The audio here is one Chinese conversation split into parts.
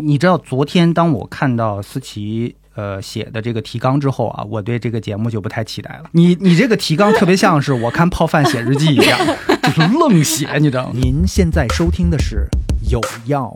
你知道昨天当我看到思琪写的这个提纲之后啊，我对这个节目就不太期待了。你这个提纲特别像是我看泡饭写日记一样，就是愣写，你知道吗？您现在收听的是有药。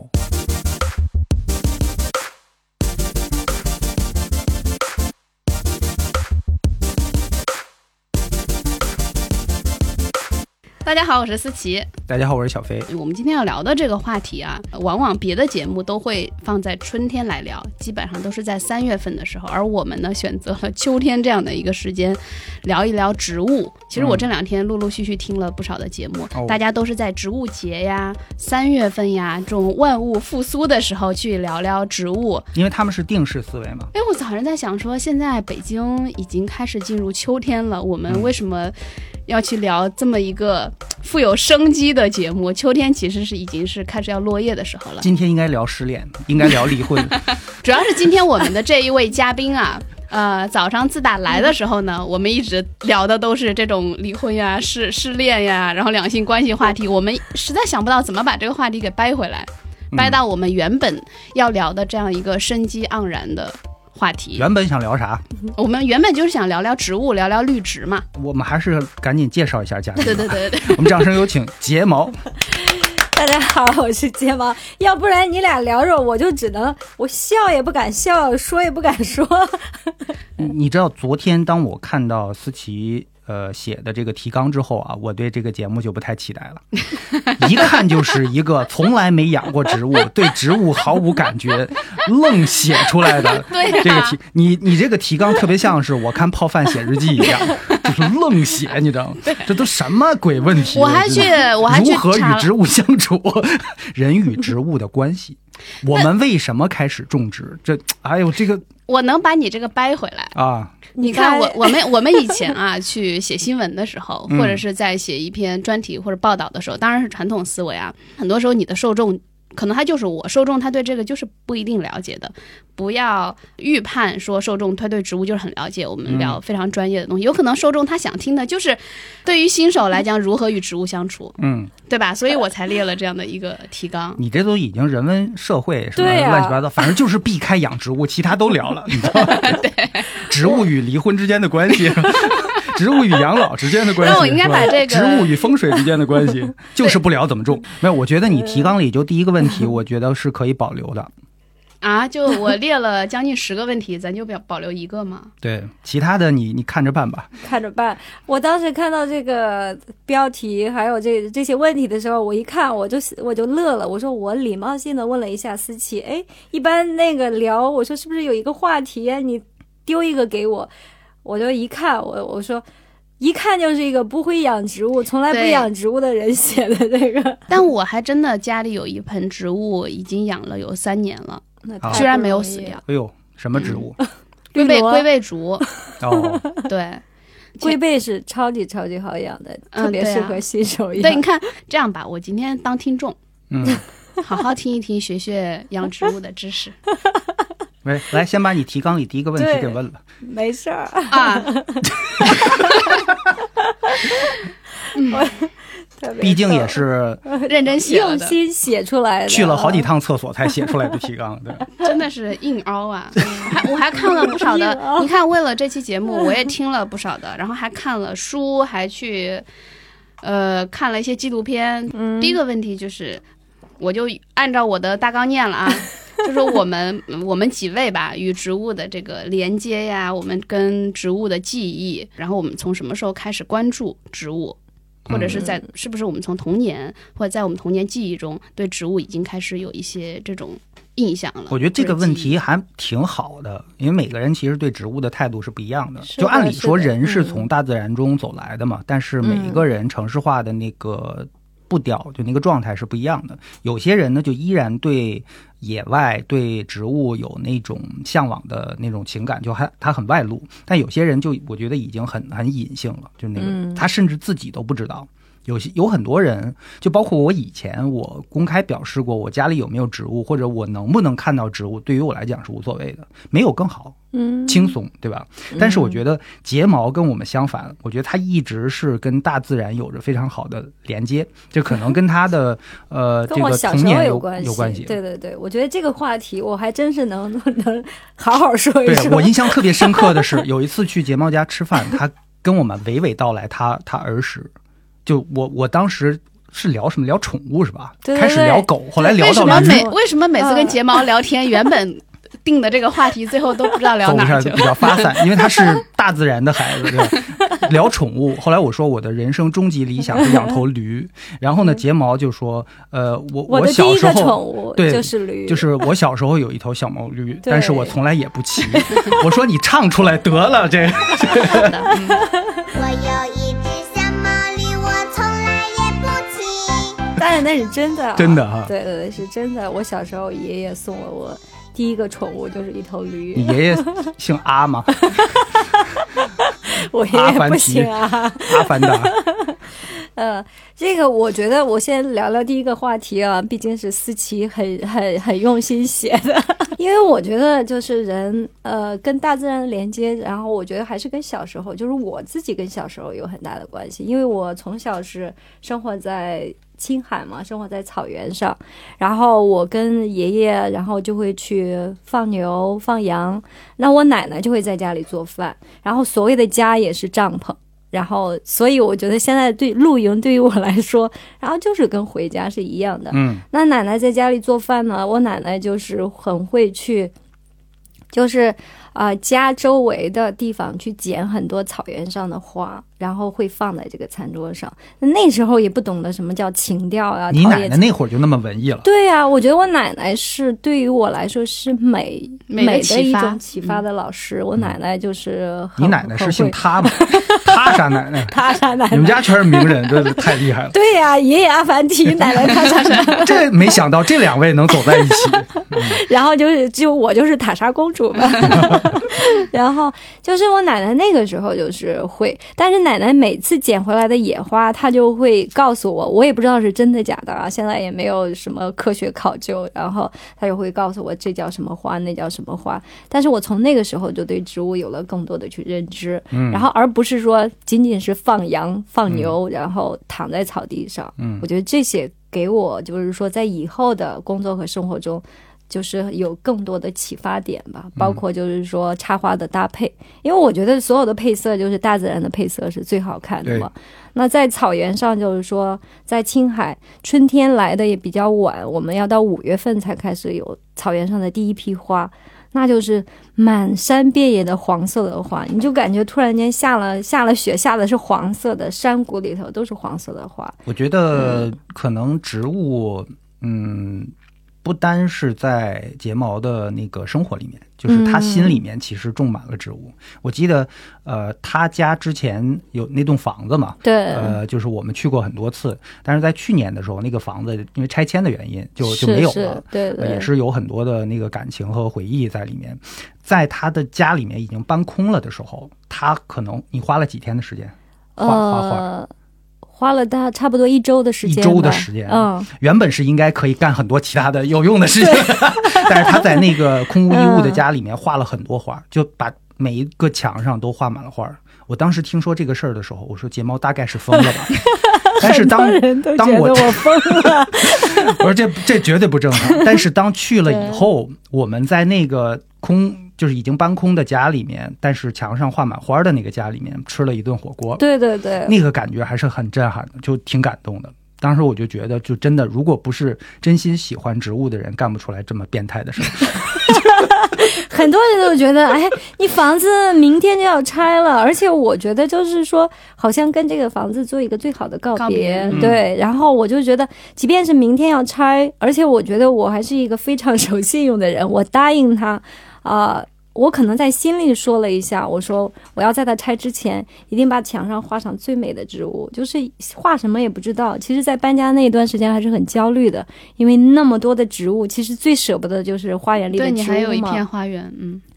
大家好，我是思琪。 大家好，我是小飞。 我们今天要聊的这个话题啊，往往别的节目都会放在春天来聊，基本上都是在3月份的时候，而我们呢选择了秋天这样的一个时间，聊一聊植物。其实我这2天陆陆续续听了不少的节目，大家都是在植物节呀、3月份呀这种万物复苏的时候去聊聊植物， 因为他们是定式思维嘛。 我早上在想说，现在北京已经开始进入秋天了，我们为什么要去聊这么一个富有生机的节目？秋天其实已经是开始要落叶的时候了。 今天应该聊失恋，应该聊离婚。 主要是今天我们的这一位嘉宾啊，早上自打来的时候呢，我们一直聊的都是这种离婚呀、失恋呀，然后两性关系话题，我们实在想不到怎么把这个话题给掰回来，掰到我们原本要聊的这样一个生机盎然的话题。 原本想聊啥？ 我们原本就是想聊聊植物，聊聊绿植嘛。 我们还是赶紧介绍一下嘉宾。 对， 我们掌声有请睫毛。 大家好，我是睫毛。要不然你俩聊着，我就只能我笑也不敢笑，说也不敢说。 你知道昨天当我看到思琪写的这个提纲之后啊，我对这个节目就不太期待了。一看就是一个从来没养过植物，对植物毫无感觉，愣写出来的这个题。你这个提纲特别像是我看泡饭写日记一样，就是愣写，你知道吗？这都什么鬼问题？ 我还去如何与植物相处，人与植物的关系，我们为什么开始种植？哎呦，这个我能把你这个掰回来啊！你看我们以前啊去写新闻的时候，或者是在写一篇专题或者报道的时候，当然是传统思维啊。很多时候你的受众可能他就是我受众，他对这个就是不一定了解的。不要预判说受众他对植物就是很了解，我们聊非常专业的东西，有可能受众他想听的就是对于新手来讲如何与植物相处，对吧？所以我才列了这样的一个提纲。 你这都已经人文社会什么乱七八糟，反正就是避开养植物，其他都聊了，你知道吗？ 对， 植物与离婚之间的关系。植物与养老之间的关系， 那我应该把这个植物与风水之间的关系，就是不聊怎么种。没有，我觉得你提纲里就第一个问题，我觉得是可以保留的。 啊，就我列了将近10个问题，咱就保留1个嘛。 对，其他的你看着办吧。 看着办。我当时看到这个标题还有这些问题的时候，我一看我就乐了。我说我礼貌性的问了一下思琪，一般那个聊，我说是不是有一个话题啊？你丢一个给我。我就一看，我说一看就是一个不会养植物，从来不养植物的人写的这个。 但我还真的家里有一盆植物，已经养了有3年了，居然没有死掉。 哎呦，什么植物？ 龟背竹。哦，对， 龟背是超级超级好养的，特别适合新手养。 对，你看这样吧，我今天当听众，好好听一听，学学养植物的知识。 来，先把你提纲里第一个问题给问了。 没事儿啊。 毕竟也是认真写的， 用心写出来的， 去了好几趟厕所才写出来的提纲，对， 真的是硬凹啊！我还看了不少的，你看，为了这期节目，我也听了不少的，然后还看了书，还去看了一些纪录片。第一个问题就是，我就按照我的大纲念了啊。就是我们几位吧，与植物的这个连接呀，我们跟植物的记忆，然后我们从什么时候开始关注植物，或者是是不是我们从童年或者在我们童年记忆中对植物已经开始有一些这种印象了。 我觉得这个问题还挺好的，因为每个人其实对植物的态度是不一样的。就按理说人是从大自然中走来的嘛，但是每一个人城市化的那个步调就那个状态是不一样的。有些人呢就依然对野外对植物有那种向往的那种情感，就他很外露，但有些人就我觉得已经很隐性了，就那个他甚至自己都不知道有很多人，就包括我以前我公开表示过我家里有没有植物，或者我能不能看到植物，对于我来讲是无所谓的，没有更好，轻松，对吧？但是我觉得睫毛跟我们相反，我觉得它一直是跟大自然有着非常好的连接，这可能跟它的这个童年有关系。 对对对，我觉得这个话题我还真是能好好说一说。 对，我印象特别深刻的是有一次去睫毛家吃饭，他跟我们娓娓道来他儿时。就我当时是聊什么？聊宠物是吧？ 对对对， 开始聊狗，后来聊到为什么每次跟睫毛聊天，原本定的这个话题，最后都不知道聊哪去？ 比较发散，因为他是大自然的孩子，对吧？聊宠物。后来我说我的人生终极理想是养头驴，然后呢，睫毛就说，我的第一个小时候宠物就是驴， 就是我小时候有一头小毛驴，但是我从来也不骑。我说你唱出来得了，这。 我有一只小毛驴，我从来也不骑。 当然那是真的， 真的哈。 对对对，是真的。我小时候爷爷送了我第一个宠物就是一头驴。 你爷爷姓阿吗？ 我爷爷不姓阿凡达。 这个我觉得我先聊聊第一个话题啊，毕竟是思琪很用心写的，因为我觉得就是人跟大自然的连接，然后我觉得还是跟小时候，就是我自己跟小时候有很大的关系，因为我从小是生活在青海嘛，生活在草原上，然后我跟爷爷然后就会去放牛放羊，那我奶奶就会在家里做饭，然后所谓的家也是帐篷，然后所以我觉得现在对露营对于我来说，然后就是跟回家是一样的。那奶奶在家里做饭呢，我奶奶就是很会去就是家周围的地方去捡很多草原上的花，然后会放在这个餐桌上。那时候也不懂得什么叫情调啊。 你奶奶那会儿就那么文艺了？ 对啊，我觉得我奶奶是对于我来说是美的一种启发的老师。我奶奶就是你奶奶是姓他吗？他啥奶奶？ 他啥奶奶？ 你们家全是名人，这太厉害了。 对呀，爷爷阿凡提，奶奶塔莎莎。 这没想到这两位能走在一起。 然后就我就是塔莎公主嘛。然后就是我奶奶那个时候就是会，但是奶奶每次捡回来的野花，她就会告诉我，我也不知道是真的假的啊，现在也没有什么科学考究，然后她就会告诉我这叫什么花，那叫什么花。但是我从那个时候就对植物有了更多的去认知，然后而不是说仅仅是放羊放牛，然后躺在草地上。我觉得这些给我就是说在以后的工作和生活中就是有更多的启发点吧，包括就是说插花的搭配，因为我觉得所有的配色就是大自然的配色是最好看的嘛。那在草原上就是说在青海春天来的也比较晚，我们要到5月份才开始有草原上的第一批花，那就是满山遍野的黄色的花，你就感觉突然间下了雪，下的是黄色的，山谷里头都是黄色的花。 我觉得可能植物不单是在睫毛的那个生活里面，就是他心里面其实种满了植物。我记得他家之前有那栋房子嘛， 对， 就是我们去过很多次，但是在去年的时候那个房子因为拆迁的原因就没有了， 对对， 也是有很多的那个感情和回忆在里面。在他的家里面已经搬空了的时候，他可能你花了几天的时间画画？ 花了差不多1周的时间。 1周的时间，原本是应该可以干很多其他的有用的事情，但是他在那个空无一物的家里面画了很多画，就把每一个墙上都画满了画。我当时听说这个事儿的时候，我说睫毛大概是疯了吧。但是当我疯了， 我说这绝对不正常。但是当去了以后，我们在那个就是已经搬空的家里面，但是墙上画满花的那个家里面吃了一顿火锅。 对对对， 那个感觉还是很震撼的，就挺感动的。当时我就觉得，就真的，如果不是真心喜欢植物的人，干不出来这么变态的事。 很多人都觉得，哎，你房子明天就要拆了，而且我觉得就是说，好像跟这个房子做一个最好的告别。对，然后我就觉得，即便是明天要拆，而且我觉得我还是一个非常守信用的人，我答应他，我可能在心里说了一下，我说我要在它拆之前一定把墙上画上最美的植物，就是画什么也不知道。其实在搬家那一段时间还是很焦虑的，因为那么多的植物，其实最舍不得就是花园里的植物嘛。 对，你还有一片花园。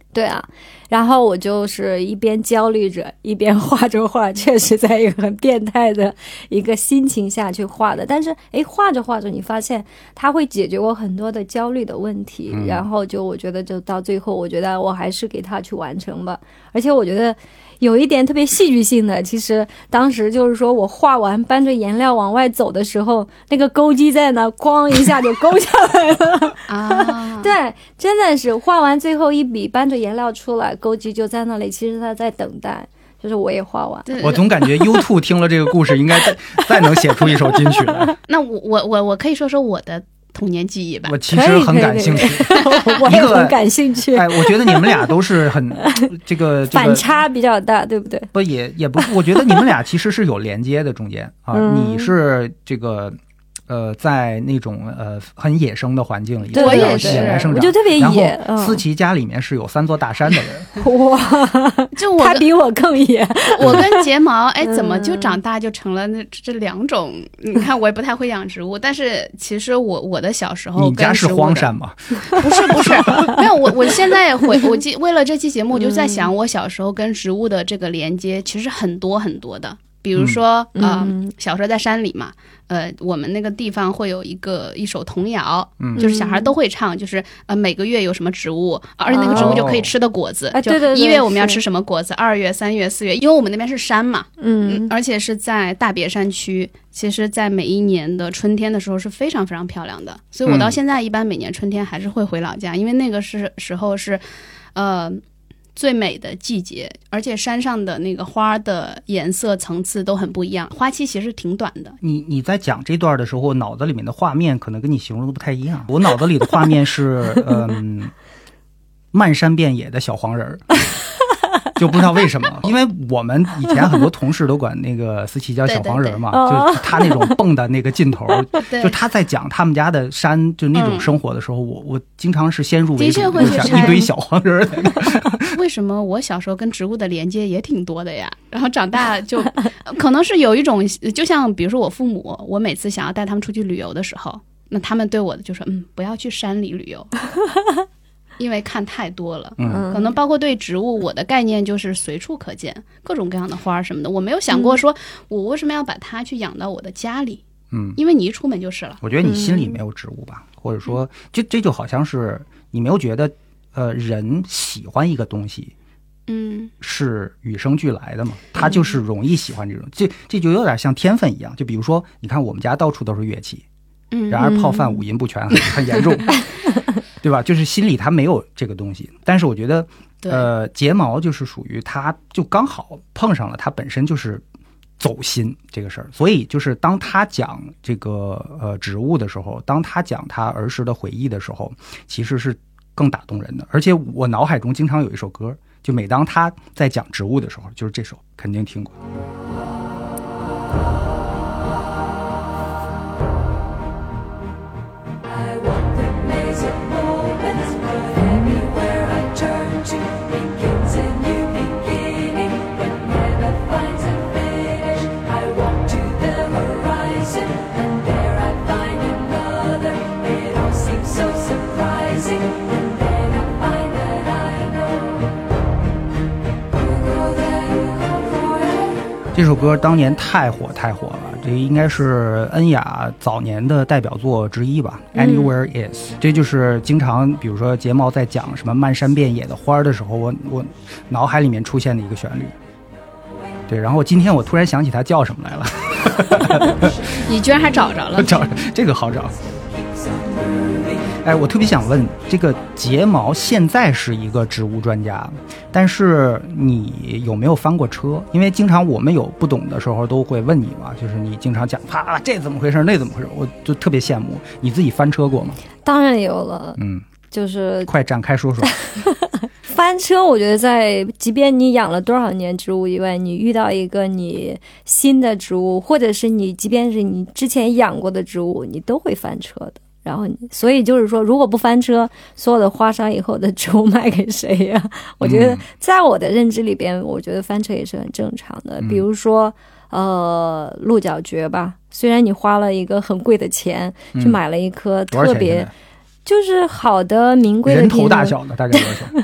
对啊，然后我就是一边焦虑着一边画着画，确实在一个很变态的一个心情下去画的。但是画着画着你发现它会解决我很多的焦虑的问题，然后我觉得就到最后我觉得我还是给它去完成吧。而且我觉得有一点特别戏剧性的，其实当时就是说我画完搬着颜料往外走的时候，那个钩机在那咣一下就勾下来了啊！ 对，真的是画完最后一笔搬着颜料出来，钩机就在那里，其实他在等待，就是我也画完。 我总感觉 U2 听了这个故事应该再能写出一首金曲来。 那我可以说说我的童年记忆吧。 我其实很感兴趣， 我也很感兴趣。 我觉得你们俩都是很这个反差比较大，对不对？ 不也不，我觉得你们俩其实是有连接的中间啊。你是这个在那种很野生的环境里， 我也是野外生长， 我就特别野。 然后思琪家里面是有3座大山的人， 哇， 就他比我更野。 我跟睫毛，怎么就长大就成了这2种？你看我也不太会养植物，但是其实我的小时候跟植物的， 你家是荒山吗？ 不是，没有。我现在为了这期节目，我就在想，我小时候跟植物的这个连接其实很多很多的。比如说小时候在山里嘛，我们那个地方会有一首童谣，就是小孩都会唱，就是每个月有什么植物，而且那个植物就可以吃的果子，就1月我们要吃什么果子，2月、3月、4月，因为我们那边是山嘛，而且是在大别山区，其实在每一年的春天的时候是非常非常漂亮的，所以我到现在一般每年春天还是会回老家，因为那个时候是最美的季节，而且山上的那个花的颜色层次都很不一样，花期其实挺短的。 你在讲这段的时候，脑子里面的画面可能跟你形容的不太一样。我脑子里的画面是漫山遍野的小黄人儿。就不知道为什么，因为我们以前很多同事都管那个思琪叫小黄人嘛，就是他那种蹦的那个劲头，就他在讲他们家的山就那种生活的时候，我经常是先入为主，想一堆小黄人。 为什么我小时候跟植物的连接也挺多的呀？然后长大就可能是有一种，就像比如说我父母，我每次想要带他们出去旅游的时候，那他们对我的就说不要去山里旅游。因为看太多了，可能包括对植物，我的概念就是随处可见，各种各样的花什么的，我没有想过说我为什么要把它去养到我的家里，因为你一出门就是了。 我觉得你心里没有植物吧，或者说，这就好像是你没有觉得，人喜欢一个东西，是与生俱来的嘛，他就是容易喜欢这种，这就有点像天分一样。就比如说，你看我们家到处都是乐器，然而泡饭五音不全很严重。对吧？就是心里他没有这个东西，但是我觉得，睫毛就是属于他，就刚好碰上了，他本身就是走心这个事儿，所以就是当他讲这个植物的时候，当他讲他儿时的回忆的时候，其实是更打动人的。而且我脑海中经常有一首歌，就每当他在讲植物的时候，就是这首，肯定听过。这首歌当年太火了，这应该是恩雅早年的代表作之一吧。Anywhere Is， 这就是经常比如说睫毛在讲什么漫山遍野的花的时候，我脑海里面出现的一个旋律。对，然后今天我突然想起它叫什么来了。 你居然还找着了？ 找这个好找。我特别想问，这个睫毛现在是一个植物专家，但是你有没有翻过车？因为经常我们有不懂的时候都会问你嘛，就是你经常讲这怎么回事那怎么回事，我就特别羡慕。你自己翻车过吗？ 当然有了，就是快展开说说。 翻车我觉得即便你养了多少年植物以外，你遇到一个你新的植物，或者是你即便是你之前养过的植物，你都会翻车的。然后所以就是说，如果不翻车，所有的花商以后的植物卖给谁呀？我觉得在我的认知里边，我觉得翻车也是很正常的。比如说鹿角蕨吧，虽然你花了一个很贵的钱去买了一颗特别就是好的名贵的人头大小的，大概多少钱？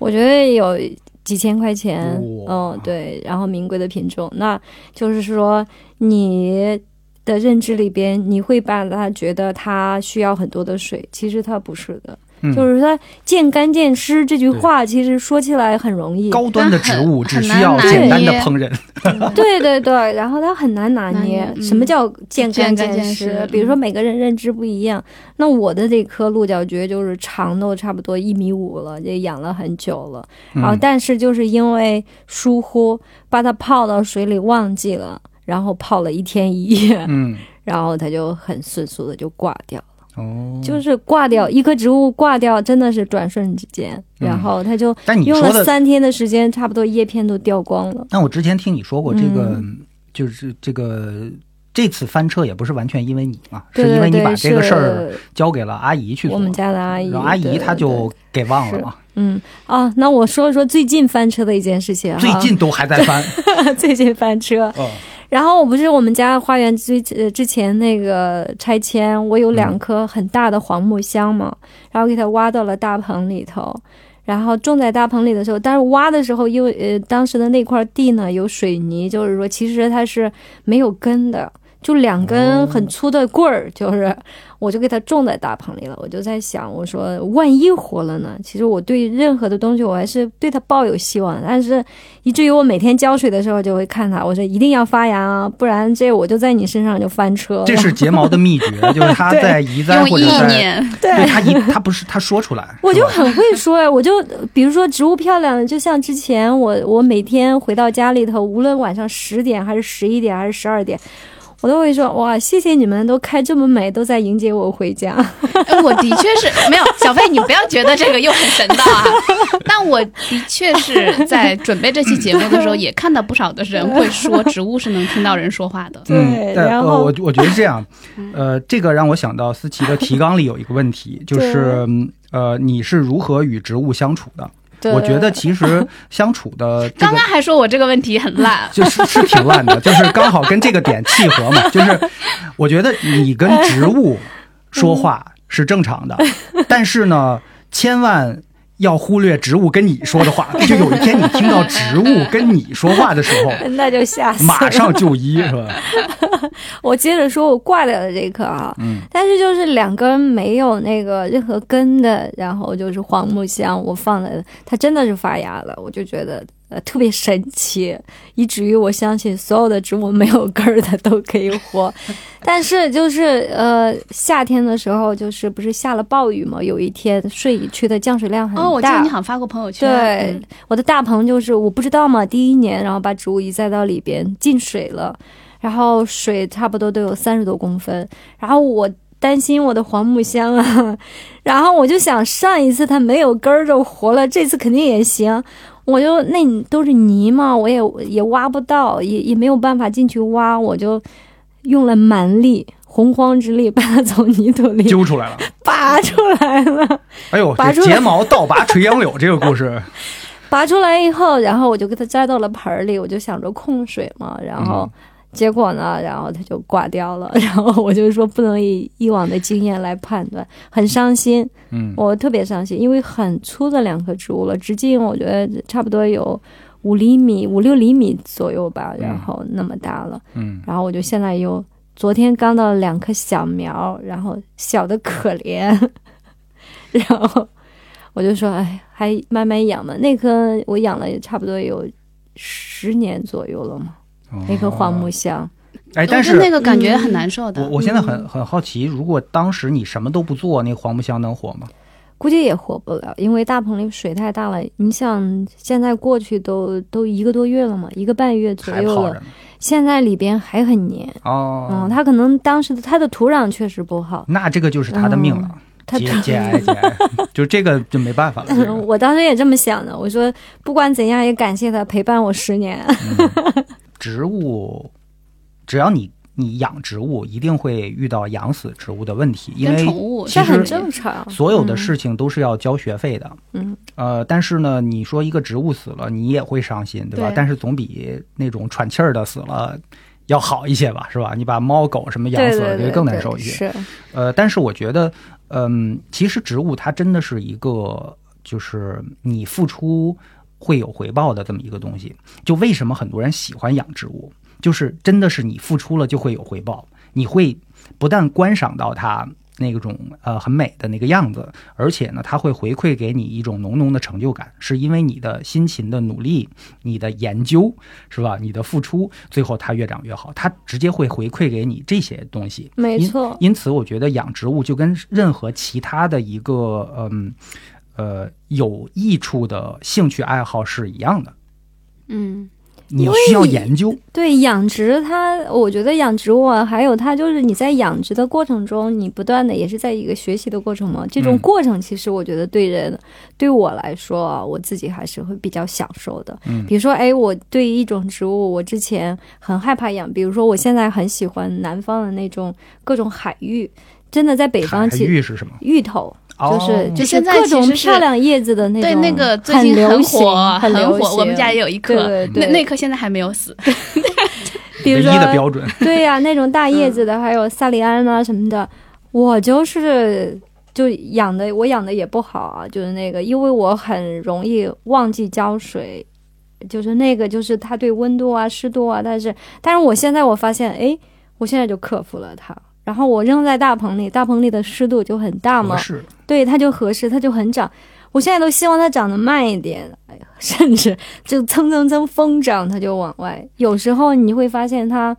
我觉得有几千块钱， 哇对，然后名贵的品种，那就是说你的认知里边，你会把它觉得它需要很多的水，其实它不是的。就是说见干见湿这句话其实说起来很容易， 高端的植物只需要简单的烹饪。 对对对，然后它很难拿捏。什么叫见干见湿？比如说每个人认知不一样。那我的这棵鹿角蕨就是长都差不多1.5米了，也养了很久了。然后但是就是因为疏忽，把它泡到水里忘记了，然后泡了1天1夜，然后它就很迅速的就挂掉了。就是挂掉一棵植物，挂掉真的是转瞬之间，然后它就用了3天的时间，差不多叶片都掉光了。 但我之前听你说过，这个就是这次翻车也不是完全因为你嘛， 对对对， 是因为你把这个事儿交给了阿姨去做， 我们家的阿姨， 然后阿姨她就给忘了嘛。 那我说说最近翻车的一件事情， 最近都还在翻， 最近翻车。然后我们家花园之前那个拆迁，我有2棵很大的黄木香嘛，然后给它挖到了大棚里头，然后种在大棚里的时候，但是挖的时候因为当时的那块地呢有水泥，就是说其实它是没有根的，就2根很粗的棍儿，就是我就给它种在大棚里了。我就在想，我说万一活了呢？其实我对任何的东西我还是对它抱有希望，但是以至于我每天浇水的时候就会看它，我说一定要发芽啊，不然我就在你身上就翻车。这是睫毛的秘诀，就是他在移栽或者在他不是他说出来， 我就很会说呀。我就比如说植物漂亮，就像之前我每天回到家里头，无论晚上10点还是11点还是12点。我都会说哇，谢谢你们都开这么美，都在迎接我回家。 我的确是没有，小飞，你不要觉得这个又很神道啊。但我的确是在准备这期节目的时候，也看到不少的人会说植物是能听到人说话的。 对，然后我觉得这样，这个让我想到思琪的提纲里有一个问题，就是你是如何与植物相处的？我觉得其实相处的、 刚刚还说我这个问题很烂， 是挺烂的，就是刚好跟这个点契合嘛。就是我觉得你跟植物说话是正常的，但是呢，千万要忽略植物跟你说的话。就有一天你听到植物跟你说话的时候， 那就吓死了， 马上就医，是吧？ 我接着说我挂掉的这棵啊，但是就是2根没有那个任何根的，然后就是黄木香，我放了，它真的是发芽了，我就觉得特别神奇，以至于我相信所有的植物没有根的都可以活。但是就是夏天的时候，就是不是下了暴雨嘛？有一天水区的降水量很大。 我记得你好像发过朋友圈。 对，我的大棚就是我不知道嘛，第1年然后把植物移栽到里边进水了。然后水差不多都有30多公分，然后我担心我的黄木香啊，然后我就想上一次它没有根儿就活了，这次肯定也行。我就那都是泥嘛，我也挖不到，也没有办法进去挖，我就用了蛮力，洪荒之力把它从泥土里揪出来了， 拔出来了。 哎呦，这睫毛倒拔垂杨柳这个故事。 拔出来以后，然后我就给它栽到了盆里，我就想着控水嘛，然后。结果呢，然后它就挂掉了，然后我就说不能以以往的经验来判断，很伤心。我特别伤心，因为很粗的2棵植物了，直径我觉得差不多有5厘米、5、6厘米左右吧，然后那么大了。然后我就现在昨天刚到了2棵小苗，然后小的可怜，然后我就说哎，还慢慢养嘛。那棵我养了也差不多有10年左右了嘛。那棵黄木香， 但是那个感觉很难受的。 我现在很好奇，如果当时你什么都不做，那黄木香能活吗？ 估计也活不了，因为大棚里水太大了。你想，现在过去都1个多月了嘛，1个半月左右了，现在里边还很黏它可能当时它的土壤确实不好， 那这个就是它的命了。节哀，就这个就没办法了。 我当时也这么想的，我说不管怎样也感谢他陪伴我10年。 植物，只要你养植物，一定会遇到养死植物的问题，因为这很正常。 所有的事情都是要交学费的。但是呢，你说一个植物死了，你也会伤心，对吧？但是总比那种喘气儿的死了要好一些吧，是吧？你把猫狗什么养死了，这更难受一些。 是。 但是我觉得，其实植物它真的是一个就是你付出会有回报的这么一个东西。就为什么很多人喜欢养植物，就是真的是你付出了就会有回报，你会不但观赏到它那种很美的那个样子，而且呢它会回馈给你一种浓浓的成就感，是因为你的辛勤的努力，你的研究，是吧，你的付出，最后它越长越好，它直接会回馈给你这些东西。 没错。 因此我觉得养植物就跟任何其他的一个有益处的兴趣爱好是一样的。你需要研究。 对，养殖我觉得养植物啊，还有它就是你在养殖的过程中，你不断的也是在一个学习的过程嘛。这种过程其实我觉得对我来说啊，我自己还是会比较享受的。比如说，我对一种植物，我之前很害怕养，比如说我现在很喜欢南方的那种各种海芋，真的在北方海芋是什么？ 芋头。就是各种漂亮叶子的那种， 对，那个最近很火， 很火。我们家也有一棵，那棵现在还没有死。 比如说唯一的标准， 对呀，那种大叶子的，还有萨利安啊什么的，我养的也不好啊，就是那个，因为我很容易忘记浇水，就是那个就是它对温度啊、湿度啊，但是我现在发现，我现在就克服了它。然后我扔在大棚里的湿度就很大嘛，对，它就合适，它就很长。我现在都希望它长得慢一点，甚至就蹭疯长，它就往外。有时候你会发现它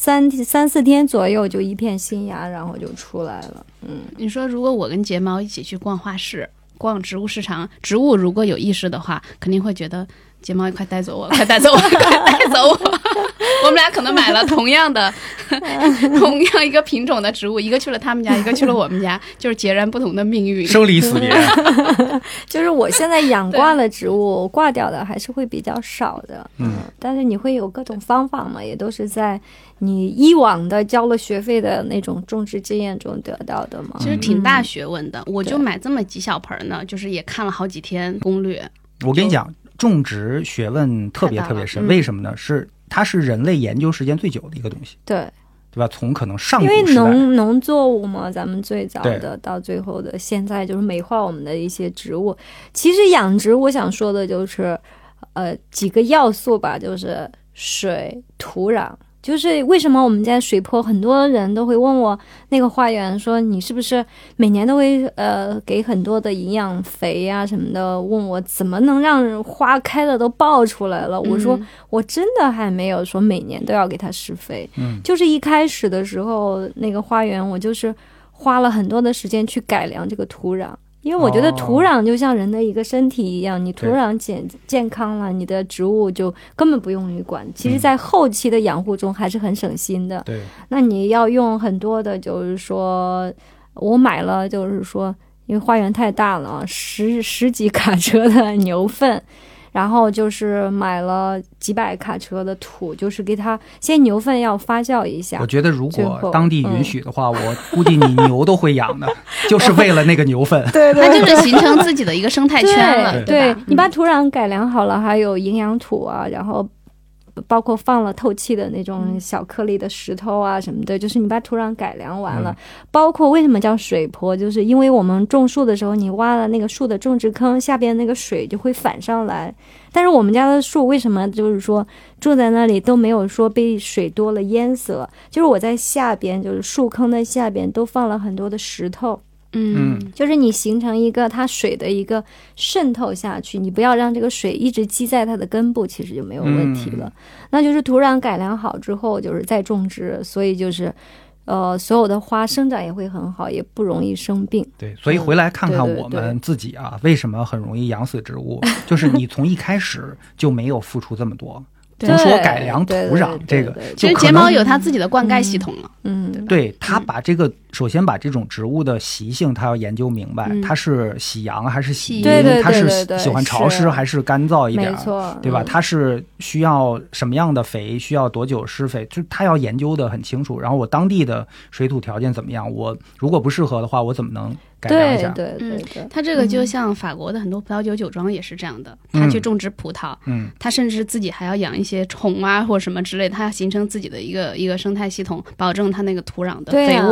3-4天左右就一片新芽，然后就出来了。 你说如果我跟睫毛一起去逛画室、逛植物市场，植物如果有意识的话，肯定会觉得睫毛快带走我，快带走我，快带走我。我们俩可能买了同样一个品种的植物，一个去了他们家，一个去了我们家，就是截然不同的命运， 生离死别。 就是我现在养惯了植物，挂掉的还是会比较少的。但是你会有各种方法嘛，也都是在你以往的交了学费的那种种植经验中得到的嘛。 其实挺大学问的，我就买这么几小盆呢，就是也看了好几天攻略。 我跟你讲，种植学问特别特别深，为什么呢？它是人类研究时间最久的一个东西， 对吧？从可能上古时代， 因为农作物嘛，咱们最早的到最后的现在就是美化我们的一些植物。其实养殖，我想说的就是几个要素吧，就是水、土壤。就是为什么我们家水坡，很多人都会问我那个花园说你是不是每年都会给很多的营养肥啊什么的，问我怎么能让花开的都爆出来了。我说我真的还没有说每年都要给它施肥。就是一开始的时候那个花园我就是花了很多的时间去改良这个土壤，因为我觉得土壤就像人的一个身体一样，你土壤健康了，你的植物就根本不用你管。其实在后期的养护中还是很省心的。 对， 那你要用很多的，就是说我买了，就是说因为花园太大了，十几卡车的牛粪，然后就是买了几百卡车的土，就是给它先牛粪要发酵一下。 我觉得如果当地允许的话，我估计你牛都会养的，就是为了那个牛粪。 对， 它就是形成自己的一个生态圈了。 对，你把土壤改良好了，还有营养土啊，然后包括放了透气的那种小颗粒的石头啊什么的，就是你把土壤改良完了。包括为什么叫水坡，就是因为我们种树的时候，你挖了那个树的种植坑，下边那个水就会反上来。但是我们家的树为什么就是说种在那里都没有说被水多了淹死了，就是我在下边，就是树坑的下边都放了很多的石头。就是你形成一个它水的一个渗透下去，你不要让这个水一直积在它的根部，其实就没有问题了。那就是土壤改良好之后，就是再种植，所以就是所有的花生长也会很好，也不容易生病。 对，所以回来看看我们自己啊，为什么很容易养死植物？就是你从一开始就没有付出这么多。不说改良土壤这个， 其实睫毛有它自己的灌溉系统了。 对，它把这个首先把这种植物的习性，它要研究明白，它是喜阳还是喜阴，它是喜欢潮湿还是干燥一点，对吧？它是需要什么样的肥，需要多久施肥，就它要研究的很清楚。然后我当地的水土条件怎么样，我如果不适合的话，我怎么能改良一下？ 对， 它这个就像法国的很多葡萄酒酒庄也是这样的，他去种植葡萄，他甚至自己还要养一些虫啊或者什么之类的，它要形成自己的一个生态系统，保证它那个土壤的肥沃，然后它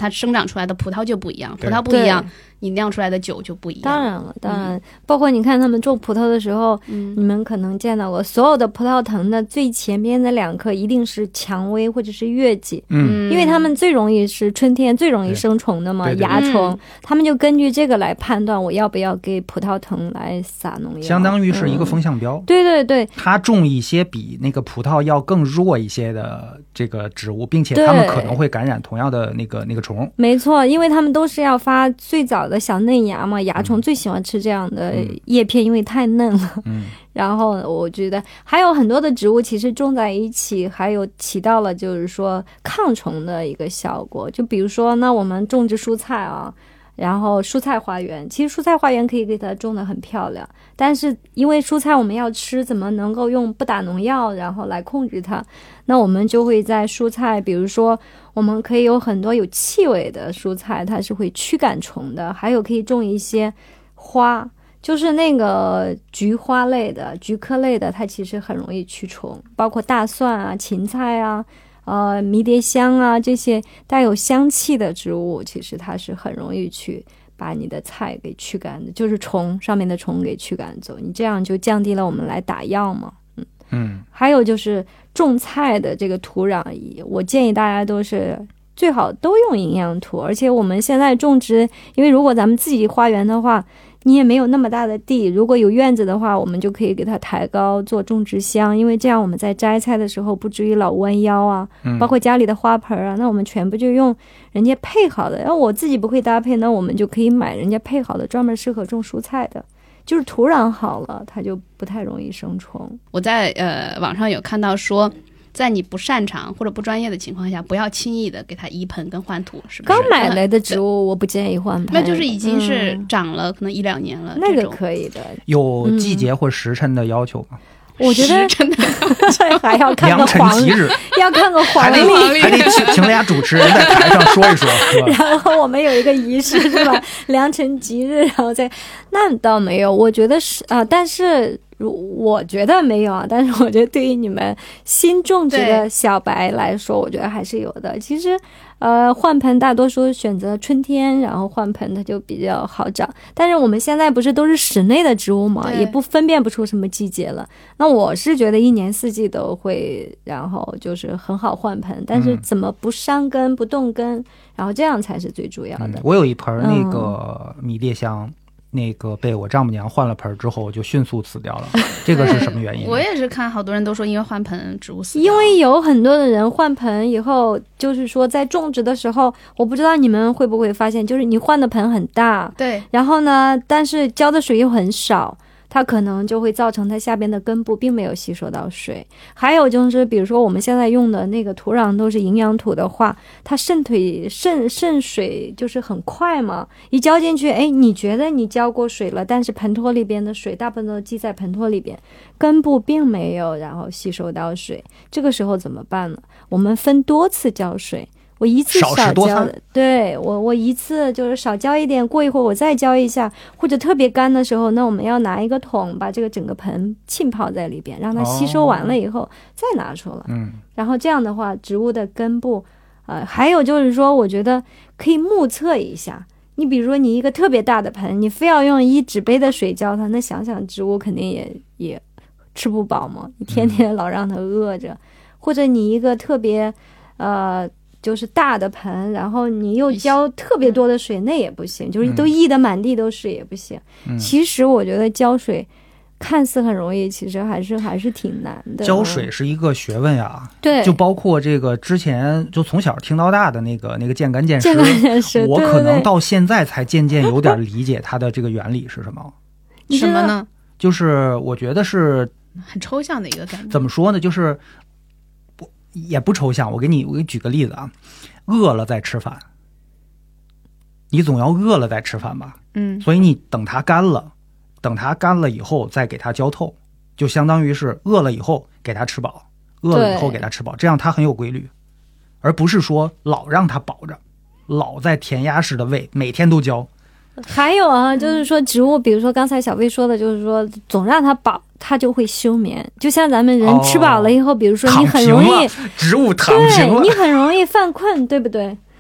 它生长出来的葡萄就不一样，葡对萄不一样，你酿出来的酒就不一样。 当然了，当然，包括你看他们种葡萄的时候，你们可能见到过，所有的葡萄藤的最前边的2棵一定是蔷薇或者是月季，因为它们最容易是春天最容易生虫的嘛， 对对蚜虫，他们就根据这个来判断我要不要给葡萄藤来撒农药， 相当于是一个风向标。 对对对， 它种一些比那个葡萄要更弱一些的这个植物，并且它们可能会感染同样的那个虫。 没错，因为它们都是要发最早的小嫩芽嘛，蚜虫最喜欢吃这样的叶片，因为太嫩了。然后我觉得还有很多的植物其实种在一起，还有起到了就是说抗虫的一个效果。就比如说，那我们种植蔬菜啊，然后蔬菜花园，其实蔬菜花园可以给它种得很漂亮，但是因为蔬菜我们要吃，怎么能够用不打农药然后来控制它？那我们就会在蔬菜，比如说我们可以有很多有气味的蔬菜，它是会驱赶虫的，还有可以种一些花，就是那个菊花类的、菊科类的，它其实很容易驱虫，包括大蒜啊、芹菜啊、迷迭香啊，这些带有香气的植物，其实它是很容易去把你的菜给驱赶的，就是虫上面的虫给驱赶走，你这样就降低了我们来打药嘛。还有就是种菜的这个土壤，我建议大家都是最好都用营养土，而且我们现在种植，因为如果咱们自己花园的话，你也没有那么大的地，如果有院子的话，我们就可以给它抬高做种植箱，因为这样我们在摘菜的时候不至于老弯腰啊，包括家里的花盆啊，那我们全部就用人家配好的，要我自己不会搭配，那我们就可以买人家配好的专门适合种蔬菜的，就是土壤好了，它就不太容易生虫。 我在网上有看到说，在你不擅长或者不专业的情况下，不要轻易的给它移盆跟换土，是不是？ 刚买来的植物我不建议换盆， 那就是已经是长了可能1-2年了， 那个可以的。 有季节或时辰的要求吗？ 我觉得真的还要看良个黄辰吉日， 要看个黄还得历。 还得请俩主持人在台上说一说，是吧？ 然后我们有一个仪式是吧？良辰吉日，然后再那倒没有，我觉得是但是我觉得没有啊，但是我觉得对于你们新种植的小白来说，我觉得还是有的。其实换盆大多数选择春天，然后换盆它就比较好长。但是我们现在不是都是室内的植物嘛，也不分辨不出什么季节了。那我是觉得一年四季都会，然后就是很好换盆，但是怎么不伤根不动根，然后这样才是最主要的。 我有一盆那个迷迭香。那个被我丈母娘换了盆之后就迅速死掉了，这个是什么原因？ 我也是看好多人都说因为换盆植物死掉。 因为有很多的人换盆以后，就是说在种植的时候，我不知道你们会不会发现，就是你换的盆很大， 对， 然后呢，但是浇的水又很少，它可能就会造成它下边的根部并没有吸收到水。还有就是比如说我们现在用的那个土壤都是营养土的话，它渗水就是很快嘛，一浇进去，哎，你觉得你浇过水了，但是盆托里边的水大部分都积在盆托里边，根部并没有然后吸收到水，这个时候怎么办呢？我们分多次浇水，我一次少浇的，对，我一次就是少浇一点，过一会儿我再浇一下，或者特别干的时候，那我们要拿一个桶把这个整个盆浸泡在里边，让它吸收完了以后再拿出来。然后这样的话，植物的根部，还有就是说，我觉得可以目测一下。你比如说，你一个特别大的盆，你非要用1纸杯的水浇它，那想想植物肯定也吃不饱嘛，你天天老让它饿着。或者你一个特别就是大的盆，然后你又浇特别多的水，那也不行，就是都溢得满地都是也不行。其实我觉得浇水看似很容易，其实还是挺难的。 浇水是一个学问呀， 对， 就包括这个之前就从小听到大的那个见干见湿，我可能到现在才渐渐有点理解它的这个原理是什么。 什么呢？ 就是我觉得是很抽象的一个感觉。 怎么说呢？就是也不抽象，我给你举个例子啊，饿了再吃饭，你总要饿了再吃饭吧？所以你等它干了以后再给它浇透，就相当于是饿了以后给它吃饱，饿了以后给它吃饱，这样它很有规律，而不是说老让它饱着，老在填鸭式的喂，每天都浇。 还有啊，就是说植物，比如说刚才小薇说的，就是说总让它饱，它就会休眠。就像咱们人吃饱了以后，比如说你很容易植物躺平了， 对，你很容易犯困，对不对？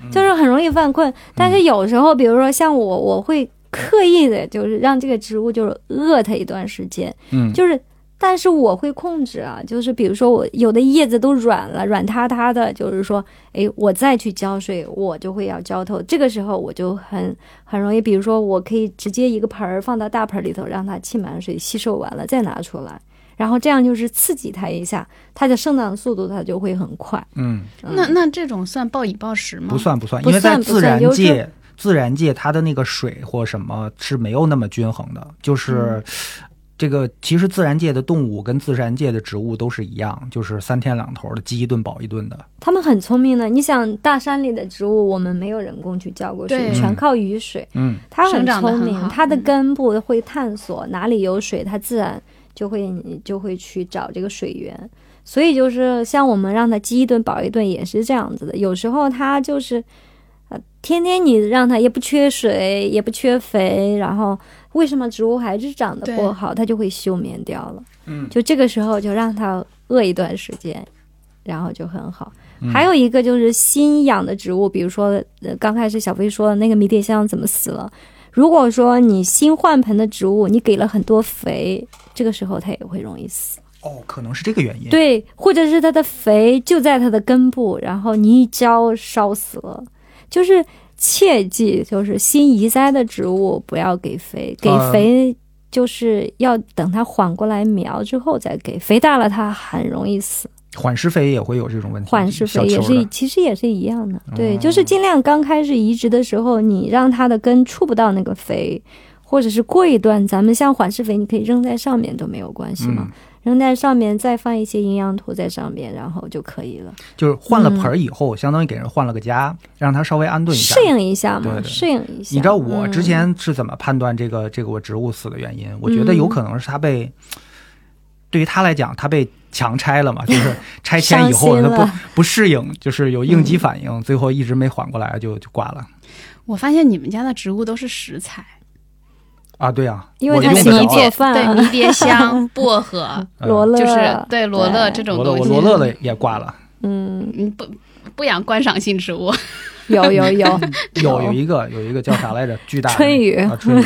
就是很容易犯困。但是有时候比如说像我会刻意的就是让这个植物就是饿它一段时间，就是但是我会控制啊，就是比如说我有的叶子都软了，软塌塌的，就是说，我再去浇水，我就会要浇透。这个时候我就很容易，比如说我可以直接一个盆儿放到大盆里头，让它浸满水，吸收完了再拿出来，然后这样就是刺激它一下，它的生长速度它就会很快。 那这种算暴饮暴食吗？ 不算，因为在自然界它的那个水或什么是没有那么均衡的，就是这个其实自然界的动物跟自然界的植物都是一样，就是3天2头的饥一顿饱一顿的。 他们很聪明的，你想大山里的植物我们没有人工去浇过水，全靠雨水。它很聪明，它的根部会探索哪里有水，它自然就会去找这个水源。所以就是像我们让它饥一顿饱一顿也是这样子的，有时候它就是天天你让它也不缺水也不缺肥，然后为什么植物还是长得不好，它就会休眠掉了。就这个时候就让它饿一段时间，然后就很好。还有一个就是新养的植物，比如说刚开始小飞说的那个迷迭香怎么死了，如果说你新换盆的植物你给了很多肥，这个时候它也会容易死。 可能是这个原因。 对，或者是它的肥就在它的根部，然后你一浇烧死了。就是切记，就是新移栽的植物不要给肥，给肥就是要等它缓过来苗之后再给，肥大了它很容易死。 缓释肥也会有这种问题， 缓释肥也是，其实也是一样的。对，就是尽量刚开始移植的时候，你让它的根触不到那个肥，或者是过一段，咱们像缓释肥，你可以扔在上面都没有关系嘛。扔在上面，再放一些营养土在上面，然后就可以了。 就是换了盆以后，相当于给人换了个家，让他稍微安顿一下， 适应一下嘛， 对， 适应一下。 你知道我之前是怎么判断这个我植物死的原因？我觉得有可能是它被，对于他来讲，它被强拆了嘛，就是拆迁以后它不适应，就是有应激反应，最后一直没缓过来就挂了。 我发现你们家的植物都是食材。 对啊， 因为它喜欢做饭， 对，迷迭香、薄荷、 罗勒， 就是对罗勒这种东西。 罗勒也挂了。 不养观赏性植物。 有一个叫啥来着？巨大的春雨。 春雨。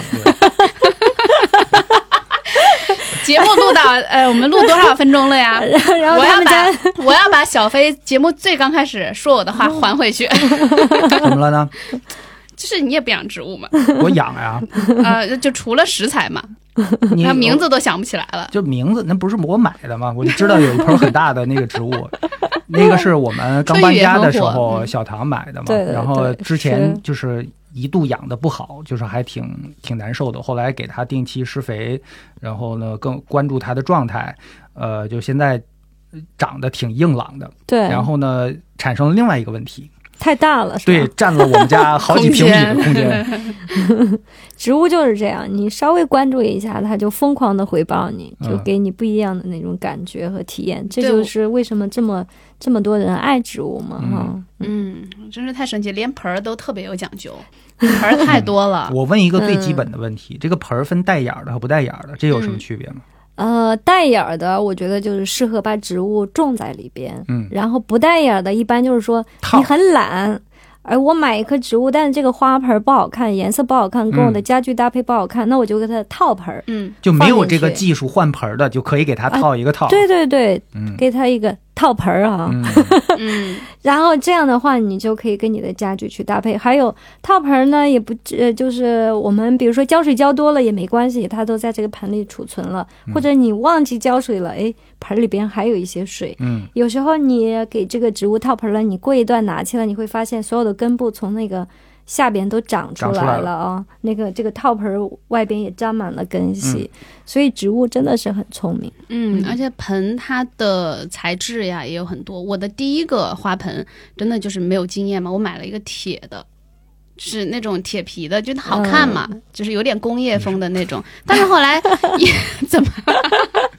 节目录到我们录多少分钟了呀？ 然后我要把小飞节目最刚开始说我的话还回去。 怎么了呢？ 就是你也不养植物嘛？ 我养呀。 就除了食材嘛，他名字都想不起来了。 就名字那不是我买的吗？我就知道有一盆很大的那个植物，那个是我们刚搬家的时候小唐买的嘛。 对， 然后之前就是一度养的不好，就是还挺难受的。后来给它定期施肥，然后呢更关注它的状态，就现在长得挺硬朗的。 对， 然后呢产生了另外一个问题。 太大了， 对，占了我们家好几平米的空间。 植物就是这样，你稍微关注一下，它就疯狂的回报你，就给你不一样的那种感觉和体验。这就是为什么这么多人爱植物嘛， 真是太神奇，连盆儿都特别有讲究，盆儿太多了。 我问一个最基本的问题，这个盆儿分带眼的和不带眼的，这有什么区别吗？ 带眼的我觉得就是适合把植物种在里边，然后不带眼的一般就是说你很懒，我买一棵植物，但是这个花盆不好看，颜色不好看，跟我的家具搭配不好看，那我就给它套盆， 就没有这个技术换盆的，就可以给它套一个套。 对，给它一个套盆啊，然后这样的话你就可以跟你的家具去搭配。还有套盆呢，也不就是我们比如说浇水浇多了也没关系，它都在这个盆里储存了，或者你忘记浇水了，盆里边还有一些水，有时候你给这个植物套盆了，你过一段拿起来，你会发现所有的根部从那个下边都长出来了啊，这个套盆外边也沾满了根系，所以植物真的是很聪明。 而且盆它的材质呀也有很多。我的第一个花盆真的就是没有经验嘛，我买了一个铁的，是那种铁皮的，就好看嘛，就是有点工业风的那种。但是后来怎么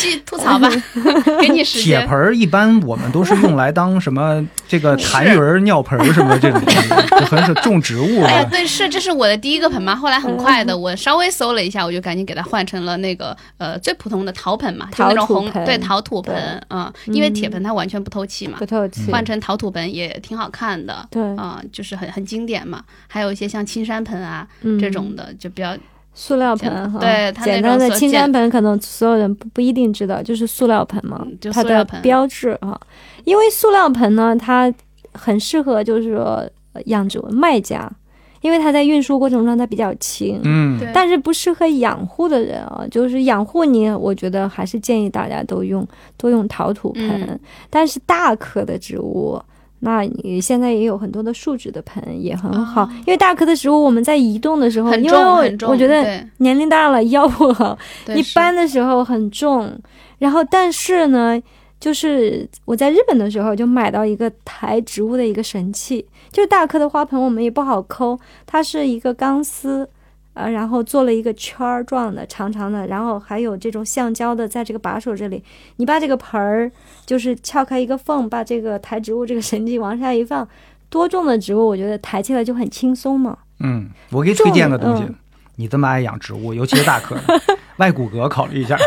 继吐槽吧，给你时间。 铁盆儿一般我们都是用来当什么这个痰盂儿、尿盆儿什么这种东西，就很少种植物哎呀， 的。 对，这是我的第一个盆嘛，后来很快的，我稍微搜了一下，我就赶紧给它换成了那个最普通的陶盆嘛，就那种红对陶土盆，因为铁盆它完全不透气嘛， 不透气， 换成陶土盆也挺好看的， 对， 就是很经典嘛。还有一些像青山盆啊这种的，就比较塑料盆哈， 对，它简单的青山盆可能所有人不一定知道，就是塑料盆嘛，它的标志哈。因为塑料盆呢，它很适合就是说养殖卖家，因为它在运输过程中它比较轻，但是不适合养护的人啊，就是养护我觉得还是建议大家多用陶土盆，但是大棵的植物。那你现在也有很多的树脂的盆也很好，因为大棵的植物我们在移动的时候，因为我觉得年龄大了腰不好，一般的时候很重。然后但是呢，就是我在日本的时候就买到一个抬植物的一个神器，就是大棵的花盆我们也不好抠，它是一个钢丝。然后做了一个圈状的长长的，然后还有这种橡胶的在这个把手这里，你把这个盆儿就是撬开一个缝，把这个抬植物这个神器往下一放，多重的植物我觉得抬起来就很轻松嘛。 我给你推荐个东西，你这么爱养植物，尤其是大棵的外骨骼考虑一下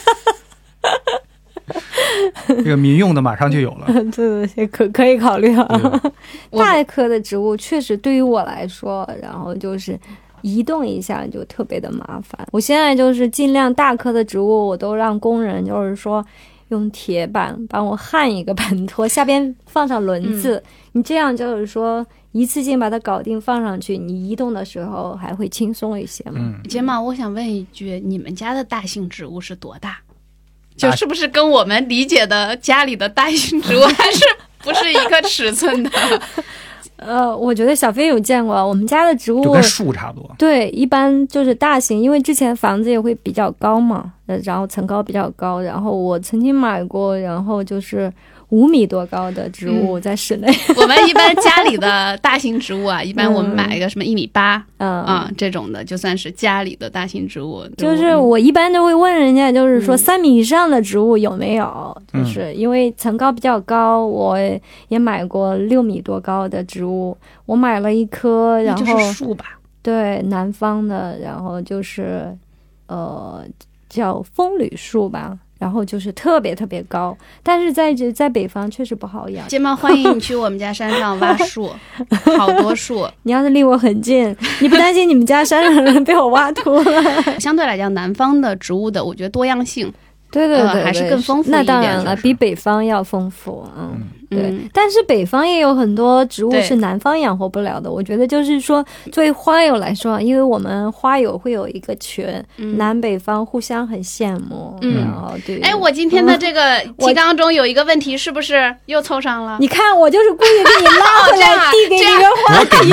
这个民用的马上就有了对，可以考虑啊。大棵的植物确实对于我来说，然后就是移动一下就特别的麻烦。我现在就是尽量大棵的植物我都让工人就是说用铁板帮我焊一个盆托，下边放上轮子，你这样就是说一次性把它搞定放上去，你移动的时候还会轻松一些嘛。 睫毛，我想问一句，你们家的大型植物是多大？就是不是跟我们理解的家里的大型植物还是不是一个尺寸的？ 我觉得小飞有见过我们家的植物， 就跟树差不多。 对，一般就是大型，因为之前房子也会比较高嘛，然后层高比较高，然后我曾经买过，然后就是5米多高的植物在室内。 我们一般家里的大型植物啊，一般我们买一个什么1.8米，这种的就算是家里的大型植物。 就是我一般都会问人家，就是说3米以上的植物有没有？就是因为层高比较高，我也买过6米多高的植物，我买了一棵，然后就是树吧， 对，南方的，然后就是叫风吕树吧。然后就是特别特别高，但是在北方确实不好养。 睫毛，欢迎你去我们家山上挖树，好多树。 你要是离我很近，你不担心你们家山上人被我挖秃了？ 相对来讲，南方的植物的，我觉得多样性， 对， 还是更丰富一点。 那当然了，比北方要丰富，对，但是北方也有很多植物是南方养活不了的。我觉得就是说，作为花友来说，因为我们花友会有一个群，南北方互相很羡慕。然后对， 哎，我今天的这个提纲中有一个问题，是不是又凑上了？ 你看，我就是故意给你拉回来，递给你一个话题。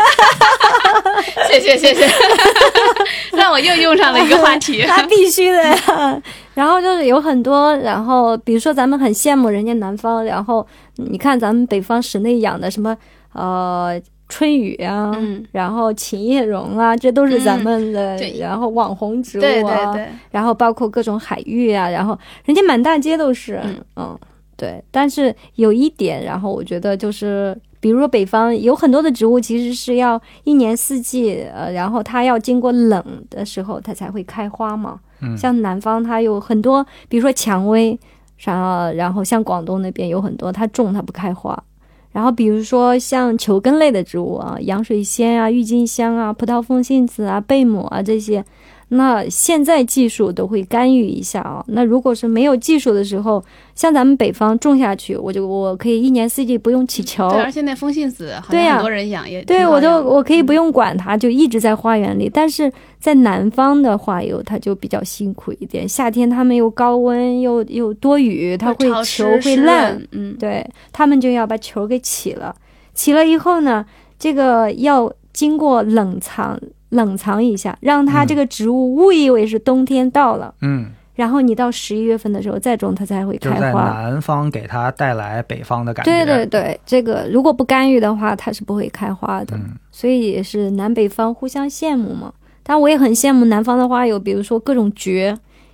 谢谢，让我又用上了一个话题。 那必须的呀。然后就是有很多，然后比如说咱们很羡慕人家南方，然后你看咱们北方室内养的什么春雨啊，然后琴叶榕啊，这都是咱们的，然后网红植物啊，对，然后包括各种海芋啊，然后人家满大街都是，对。但是有一点，然后我觉得就是，比如说北方有很多的植物其实是要1年4季，然后它要经过冷的时候它才会开花嘛。像南方它有很多，比如说蔷薇，然后像广东那边有很多，它种它不开花。然后比如说像球根类的植物啊，洋水仙啊、郁金香啊、葡萄风信子啊、贝母啊这些，那现在技术都会干预一下啊。那如果是没有技术的时候，像咱们北方种下去，我可以1年4季不用起球。 对，而且那风信子好像很多人养也对，我可以不用管它，就一直在花园里。但是在南方的花友，它就比较辛苦一点。夏天他们又高温又多雨，它会球会烂，对，他们就要把球给起了以后呢，这个要经过冷藏一下，让它这个植物误以为是冬天到了，然后你到11月份的时候再种，它才会开花。就在南方给它带来北方的感觉。 对，这个如果不干预的话，它是不会开花的。所以也是南北方互相羡慕嘛。但我也很羡慕南方的花友，比如说各种蕨，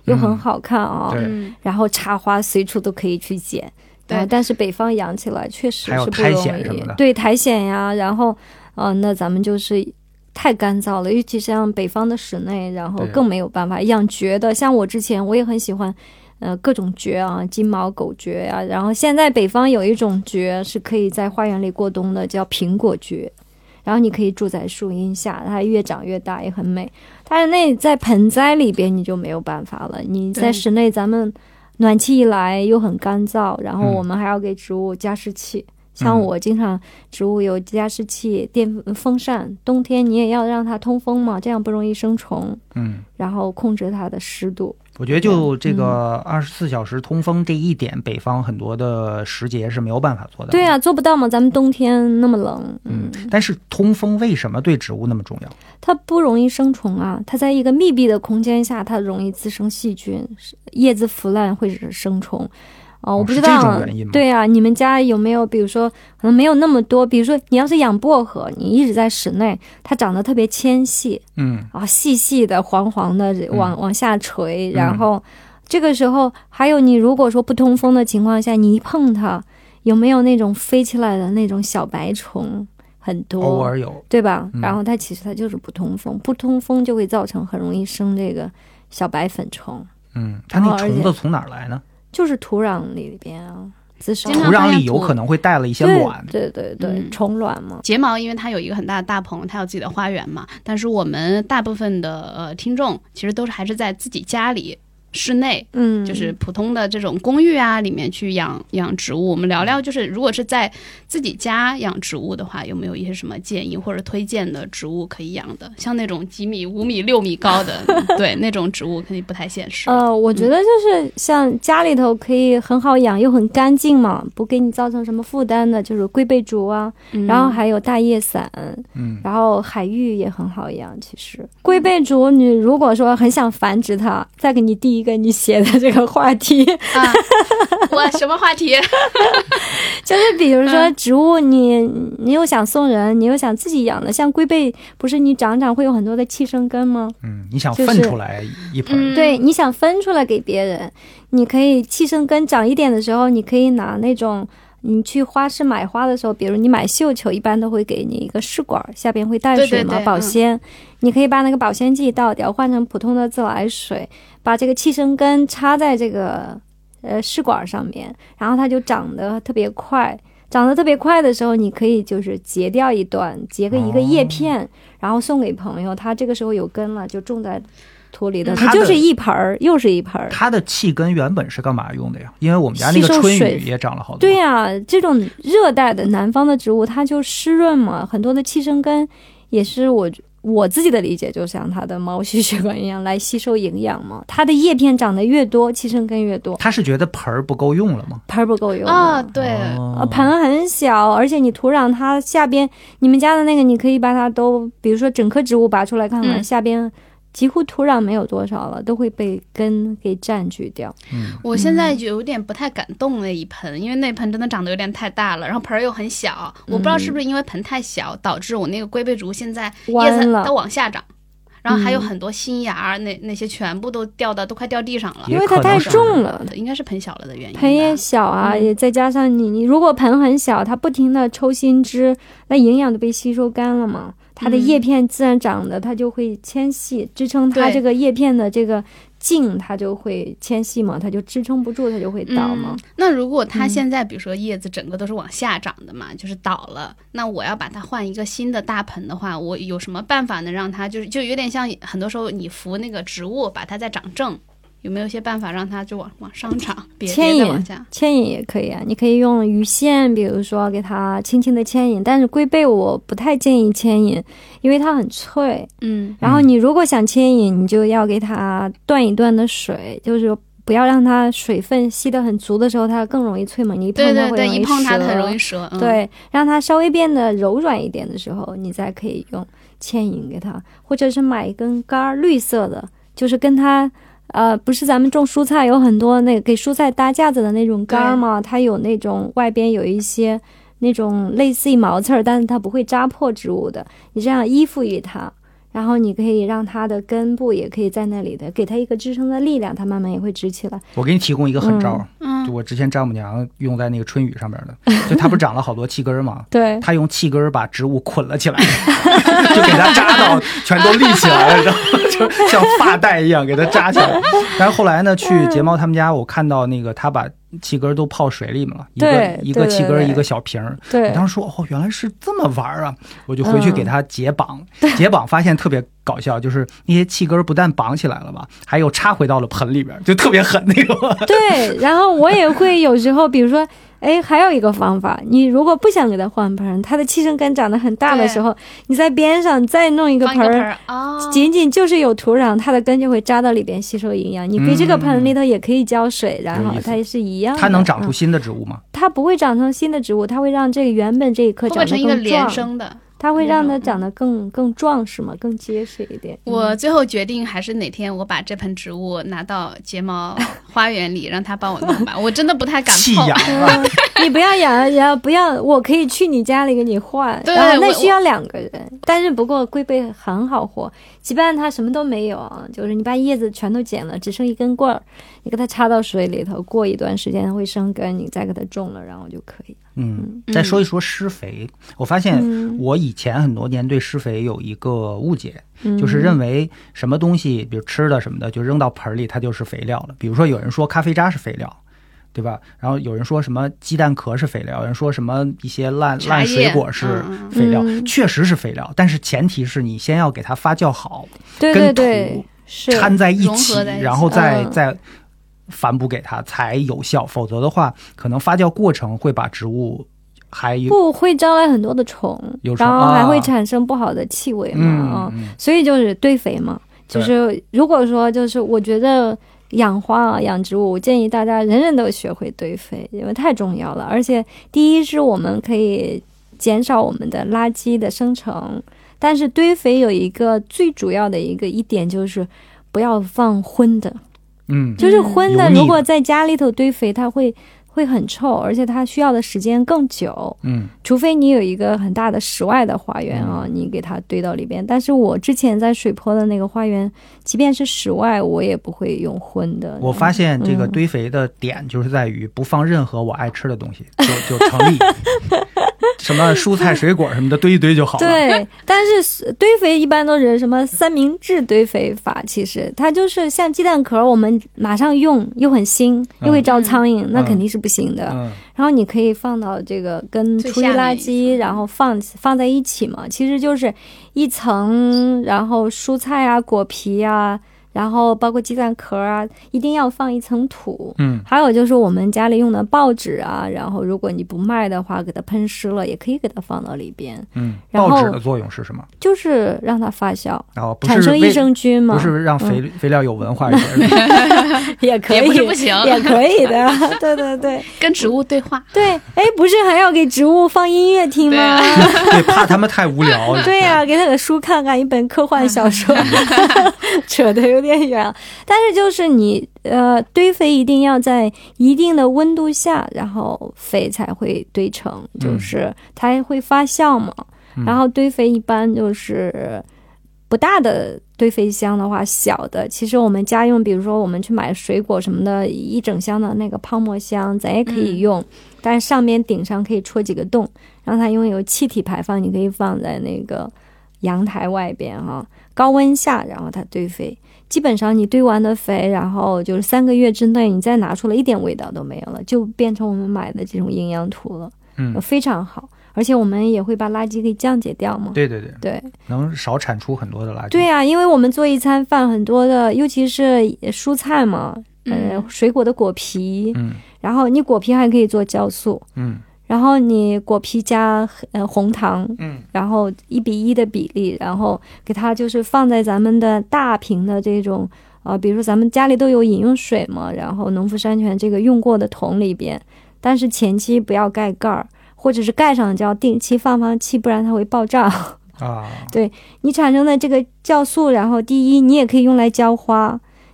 又很好看啊， 对， 然后插花随处都可以去捡。 对， 但是北方养起来确实是不容易， 还有苔藓什么的， 对，苔藓呀，然后那咱们就是太干燥了，尤其像北方的室内，然后更没有办法养蕨的。像我之前我也很喜欢各种蕨啊，金毛狗蕨呀，然后现在北方有一种蕨是可以在花园里过冬的，叫苹果蕨，然后你可以住在树荫下，它越长越大也很美。但是那在盆栽里边你就没有办法了，你在室内咱们暖气一来又很干燥，然后我们还要给植物加湿器，像我经常植物有加湿器、电风扇，冬天你也要让它通风嘛，这样不容易生虫。然后控制它的湿度。 我觉得就这个24小时通风这一点，北方很多的时节是没有办法做到的。 对啊，做不到嘛，咱们冬天那么冷。 但是通风为什么对植物那么重要？ 它不容易生虫啊，它在一个密闭的空间下，它容易滋生细菌，叶子腐烂会使生虫。我不知道， 是这种原因吗？ 对啊，你们家有没有，比如说可能没有那么多，比如说你要是养薄荷，你一直在室内，它长得特别纤细，细细的黄黄的往下垂，然后这个时候还有你如果说不通风的情况下，你一碰它，有没有那种飞起来的那种小白虫？很多， 偶尔有， 对吧？然后它其实它就是不通风，不通风就会造成很容易生这个小白粉虫。 它那虫子从哪儿来呢？ 就是土壤里边啊，滋生。 土壤里有可能会带了一些卵， 对，虫卵嘛。 睫毛因为它有一个很大的大棚，它有自己的花园嘛，但是我们大部分的听众其实都是还是在自己家里室内，就是普通的这种公寓啊里面去养植物。我们聊聊，就是如果是在自己家养植物的话，有没有一些什么建议或者推荐的植物可以养的？像那种几米、5米、6米高的，对，那种植物肯定不太现实。 我觉得就是像家里头可以很好养又很干净嘛，不给你造成什么负担的，就是龟背竹啊，然后还有大叶伞，然后海芋也很好养。其实龟背竹，你如果说很想繁殖它，再给你第一个你写的这个话题我什么话题？ 就是比如说植物你又想送人，你又想自己养的，像龟背不是你长会有很多的气生根吗？ 你想分出来一盆， 对，你想分出来给别人，你可以气生根长一点的时候，你可以拿那种你去花市买花的时候，比如你买绣球，一般都会给你一个试管，下边会带水嘛，保鲜。你可以把那个保鲜剂倒掉，换成普通的自来水，把这个气生根插在这个试管上面，然后它就长得特别快。长得特别快的时候，你可以就是截掉一段，截个一个叶片，然后送给朋友。它这个时候有根了，就种在土里的，它就是一盆儿又是一盆儿。 它的气根原本是干嘛用的呀？因为我们家那个春雨也长了好多。 对呀，这种热带的南方的植物，它就湿润嘛，很多的气生根也是我自己的理解，就像它的毛细血管一样来吸收营养嘛。它的叶片长得越多，气生根越多。 它是觉得盆儿不够用了吗？ 盆儿不够用啊，对， 盆很小，而且你土壤它下边，你们家的那个，你可以把它都，比如说整棵植物拔出来看看，下边几乎土壤没有多少了，都会被根给占据掉。 我现在就有点不太敢动那一盆，因为那盆真的长得有点太大了，然后盆又很小，我不知道是不是因为盆太小，导致我那个龟背竹现在叶子都往下长，然后还有很多新芽，那些全部都都快掉地上了， 因为它太重了， 应该是盆小了的原因。 盆也小啊，也再加上你如果盆很小，它不停的抽新枝，那营养都被吸收干了嘛。它的叶片自然长的，它就会纤细，支撑它这个叶片的这个茎，它就会纤细嘛，它就支撑不住，它就会倒嘛。 那如果它现在比如说叶子整个都是往下长的嘛，就是倒了，那我要把它换一个新的大盆的话，我有什么办法能让它就有点像很多时候你扶那个植物把它再长正，有没有一些办法让它就往上长，别再往下？ 牵引也可以啊，你可以用鱼线，比如说给它轻轻的牵引，但是龟背我不太建议牵引，因为它很脆。然后你如果想牵引，你就要给它断一断的水，就是不要让它水分吸得很足的时候，它更容易脆嘛。你一碰它会容易折， 一碰它很容易折。 对，让它稍微变得柔软一点的时候，你再可以用牵引给它，或者是买一根杆绿色的，就是跟它。不是咱们种蔬菜有很多那个给蔬菜搭架子的那种杆嘛，它有那种外边有一些那种类似于毛刺儿，但是它不会扎破植物的。你这样依附于它， 然后你可以让它的根部也可以在那里的，给它一个支撑的力量，它慢慢也会直起来。 我给你提供一个狠招，就我之前丈母娘用在那个春雨上面的，就它不是长了好多气根嘛， 对， 她用气根把植物捆了起来，就给它扎到全都立起来了，然后就像发带一样给它扎起来。但是后来呢，去睫毛他们家，我看到那个他把气根都泡水里面了，一个气根一个小瓶儿。 对， 我当时说哦，原来是这么玩啊！我就回去给它解绑，解绑发现特别搞笑，就是那些气根不但绑起来了吧，还有插回到了盆里边，就特别狠那个。 对，然后我也会有时候，比如说。还有一个方法，你如果不想给它换盆，它的气生根长得很大的时候，你在边上再弄一个盆，仅仅就是有土壤，它的根就会扎到里边吸收营养。你给这个盆里头也可以浇水，然后它也是一样的。 它能长出新的植物吗？ 它不会长成新的植物，它会让这个原本这一棵长得更壮， 会成一个连生的。 它会让它长得更壮实嘛，更结实一点。 我最后决定还是哪天我把这盆植物拿到睫毛花园里，让它帮我弄吧。我真的不太敢碰。 弃养了。 你不要养，然后不要，我可以去你家里给你换。 对， 然后那需要2个人，但是不过龟背很好活，即便它什么都没有啊，就是你把叶子全都剪了，只剩一根棍儿，你给它插到水里头，过一段时间它会生根，你再给它种了，然后就可以。 再说一说施肥，我发现我以前很多年对施肥有一个误解，就是认为什么东西，比如吃的什么的，就扔到盆里它就是肥料了。比如说有人说咖啡渣是肥料，对吧？然后有人说什么鸡蛋壳是肥料，有人说什么一些烂水果是肥料，确实是肥料，但是前提是你先要给它发酵好，跟土掺在一起，然后再反哺给它才有效，否则的话可能发酵过程会把植物不会招来很多的虫，然后还会产生不好的气味嘛。所以就是堆肥嘛，就是如果说就是我觉得养花养植物，我建议大家人人都学会堆肥，因为太重要了。而且第一是我们可以减少我们的垃圾的生成，但是堆肥有一个最主要的一点就是不要放荤的。就是荤的，如果在家里头堆肥，它会很臭，而且它需要的时间更久。除非你有一个很大的室外的花园啊，你给它堆到里边。但是我之前在水坡的那个花园，即便是室外，我也不会用荤的。 我发现这个堆肥的点就是在于不放任何我爱吃的东西，就成立。什么蔬菜水果什么的堆一堆就好了。 对，但是堆肥一般都是什么三明治堆肥法，其实它就是像鸡蛋壳，我们马上用又很腥又会招苍蝇，那肯定是不行的。然后你可以放到这个跟厨余垃圾然后放在一起嘛，其实就是一层，然后蔬菜啊果皮啊，然后包括鸡蛋壳啊，一定要放一层土。还有就是我们家里用的报纸啊，然后如果你不卖的话，给它喷湿了，也可以给它放到里边。 报纸的作用是什么？ 就是让它发酵， 不是产生益生菌嘛。 不是让肥料有文化一点。 也可以， 也不是不行， 也可以的。对对对， 跟植物对话。 对，不是还要给植物放音乐听吗？ 对，怕他们太无聊。 对呀，给他个书看看，一本科幻小说。扯得有点远，但是就是你堆肥一定要在一定的温度下，然后肥才会堆成，就是它会发酵嘛。然后堆肥一般就是不大的堆肥箱的话，小的其实我们家用，比如说我们去买水果什么的，一整箱的那个泡沫箱咱也可以用，但是上面顶上可以戳几个洞，让它因为有气体排放，你可以放在那个阳台外边高温下，然后它堆肥。基本上你堆完的肥，然后就是3个月之内你再拿出来，一点味道都没有了，就变成我们买的这种营养土了。非常好。而且我们也会把垃圾给降解掉嘛。 对，能少产出很多的垃圾。 对啊，因为我们做一餐饭很多的，尤其是蔬菜嘛，水果的果皮，然后你果皮还可以做酵素，然后你果皮加红糖，然后1:1的比例，然后给它就是放在咱们的大瓶的这种比如说咱们家里都有饮用水嘛，然后农夫山泉这个用过的桶里边，但是前期不要盖盖儿，或者是盖上就要定期放气，不然它会爆炸对，你产生的这个酵素，然后第一你也可以用来浇花，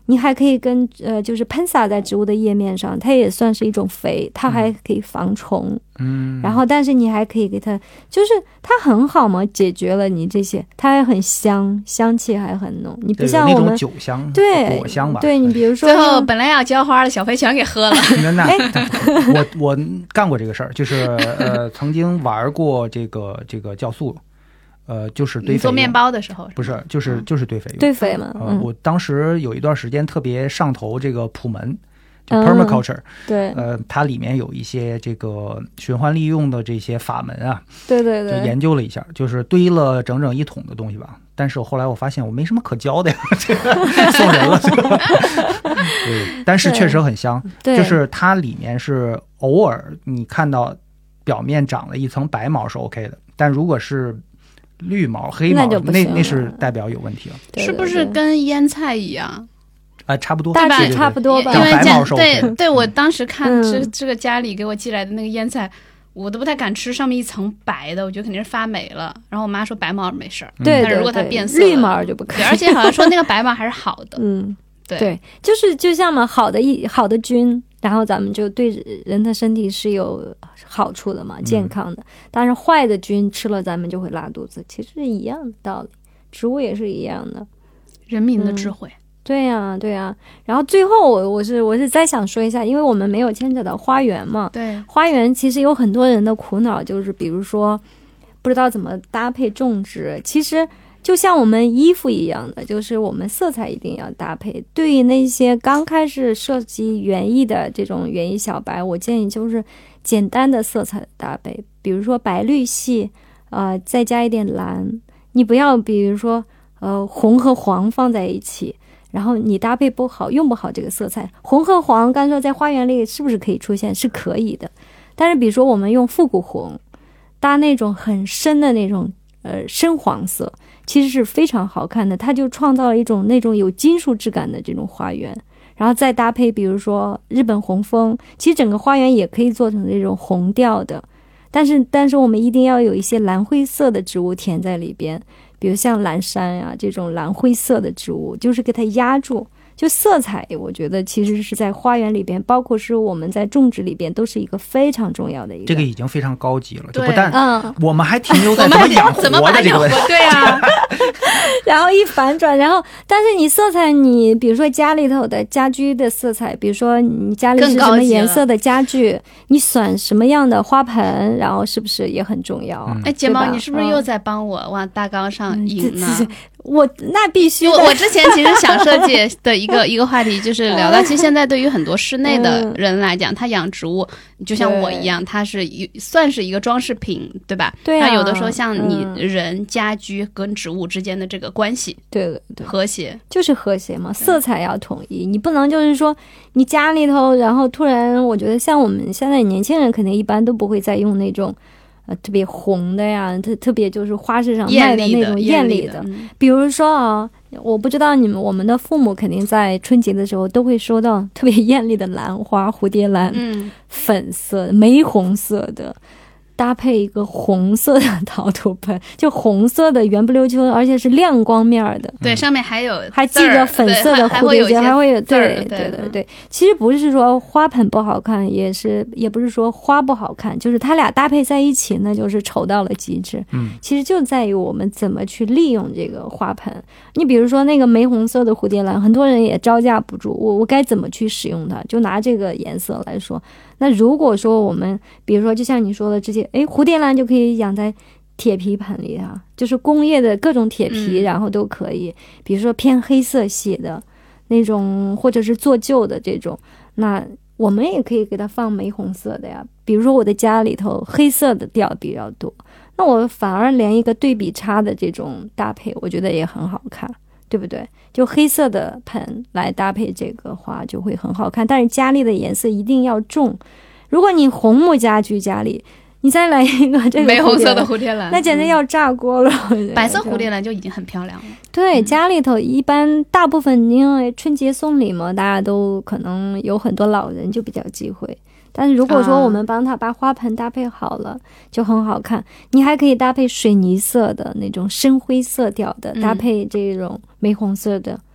你还可以跟就是喷洒在植物的叶面上，它也算是一种肥，它还可以防虫。然后但是你还可以给它，就是它很好嘛，解决了你这些，它还很香，香气还很浓。你不像我们那种酒香， 对果香吧？ 对，你比如说最后本来要浇花的小飞全给喝了。 我干过这个事儿，就是曾经玩过这个酵素。就是堆肥。 你做面包的时候不是，就是堆肥用。 堆肥嘛。 我当时有一段时间特别上头这个普门，就 permaculture。 对。 它里面有一些这个循环利用的这些法门啊。 对对对。 就研究了一下，就是堆了整整1桶的东西吧。但是后来我发现我没什么可教的呀，送人了。对，但是确实很香。就是它里面是偶尔你看到表面长了一层白毛是 OK 的，但如果是绿毛黑毛那是代表有问题了。 是不是跟腌菜一样？ 差不多， 大致差不多吧。 因为白毛是 OK的。 对，我当时看这个家里给我寄来的那个腌菜，我都不太敢吃，上面一层白的，我觉得肯定是发霉了。然后我妈说白毛没事儿， 对， 但是如果它变色， 绿毛就不可以。 而且好像说那个白毛还是好的。 对，就像嘛，好的菌，然后咱们就对人的身体是有好处的嘛，健康的。但是坏的菌吃了咱们就会拉肚子，其实是一样的道理，植物也是一样的。 人民的智慧。 对呀。然后最后我是再想说一下，因为我们没有牵扯到花园嘛。 对， 花园其实有很多人的苦恼，就是比如说不知道怎么搭配种植。其实就像我们衣服一样的，就是我们色彩一定要搭配。对于那些刚开始设计园艺的这种园艺小白，我建议就是简单的色彩的搭配，比如说白绿系，再加一点蓝。你不要比如说红和黄放在一起，然后你搭配不好，用不好这个色彩。红和黄刚说在花园里是不是可以出现？是可以的。但是比如说我们用复古红搭那种很深的那种深黄色，其实是非常好看的，它就创造了一种那种有金属质感的这种花园。然后再搭配比如说日本红枫，其实整个花园也可以做成这种红调的，但是我们一定要有一些蓝灰色的植物填在里边，比如像蓝山啊这种蓝灰色的植物，就是给它压住。就色彩我觉得其实是在花园里边，包括是我们在种植里边都是一个非常重要的一个。 这个已经非常高级了，就不但我们还停留在怎么把它养活的这个问题。 对啊。 然后一反转，然后但是你色彩，你比如说家里头的家居的色彩，比如说你家里是什么颜色的家具，你选什么样的花盆，然后是不是也很重要？ 睫毛你是不是又在帮我往大纲上引呢？ 我那必须。 我之前其实想设计的一个话题就是聊到，其实现在对于很多室内的人来讲，他养植物就像我一样，它是算是一个装饰品，对吧？ 对啊。 那有的时候像你人家居跟植物之间的这个关系， 对， 和谐就是和谐嘛，色彩要统一，你不能就是说你家里头，然后突然我觉得像我们现在年轻人肯定一般都不会再用那种。特别红的呀，特别就是花市上卖的那种艳丽的，比如说啊，我不知道我们的父母肯定在春节的时候都会收到特别艳丽的兰花，蝴蝶兰，粉色、玫红色的，搭配一个红色的陶土盆，就红色的圆不溜秋，而且是亮光面的。 对，上面还系个粉色的蝴蝶结，还会有对。 其实不是说花盆不好看，也不是说花不好看，就是它俩搭配在一起，那就是丑到了极致。其实就在于我们怎么去利用这个花盆。你比如说那个玫红色的蝴蝶兰，很多人也招架不住，我该怎么去使用它？就拿这个颜色来说。那如果说我们比如说就像你说的这些，蝴蝶兰就可以养在铁皮盆里啊，就是工业的各种铁皮，然后都可以，比如说偏黑色系的那种，或者是做旧的这种，那我们也可以给它放玫红色的呀。比如说我的家里头黑色的调比较多，那我反而连一个对比差的这种搭配，我觉得也很好看，对不对？就黑色的盆来搭配这个花就会很好看，但是家里的颜色一定要重。如果你红木家具家里，你再来一个这个玫红色的蝴蝶兰， 那简直要炸锅了。 白色蝴蝶兰就已经很漂亮了。 对，家里头一般大部分因为春节送礼嘛，大家都可能有很多老人就比较忌讳。但是如果说我们帮他把花盆搭配好了，就很好看。你还可以搭配水泥色的那种深灰色调的，搭配这种玫红色的，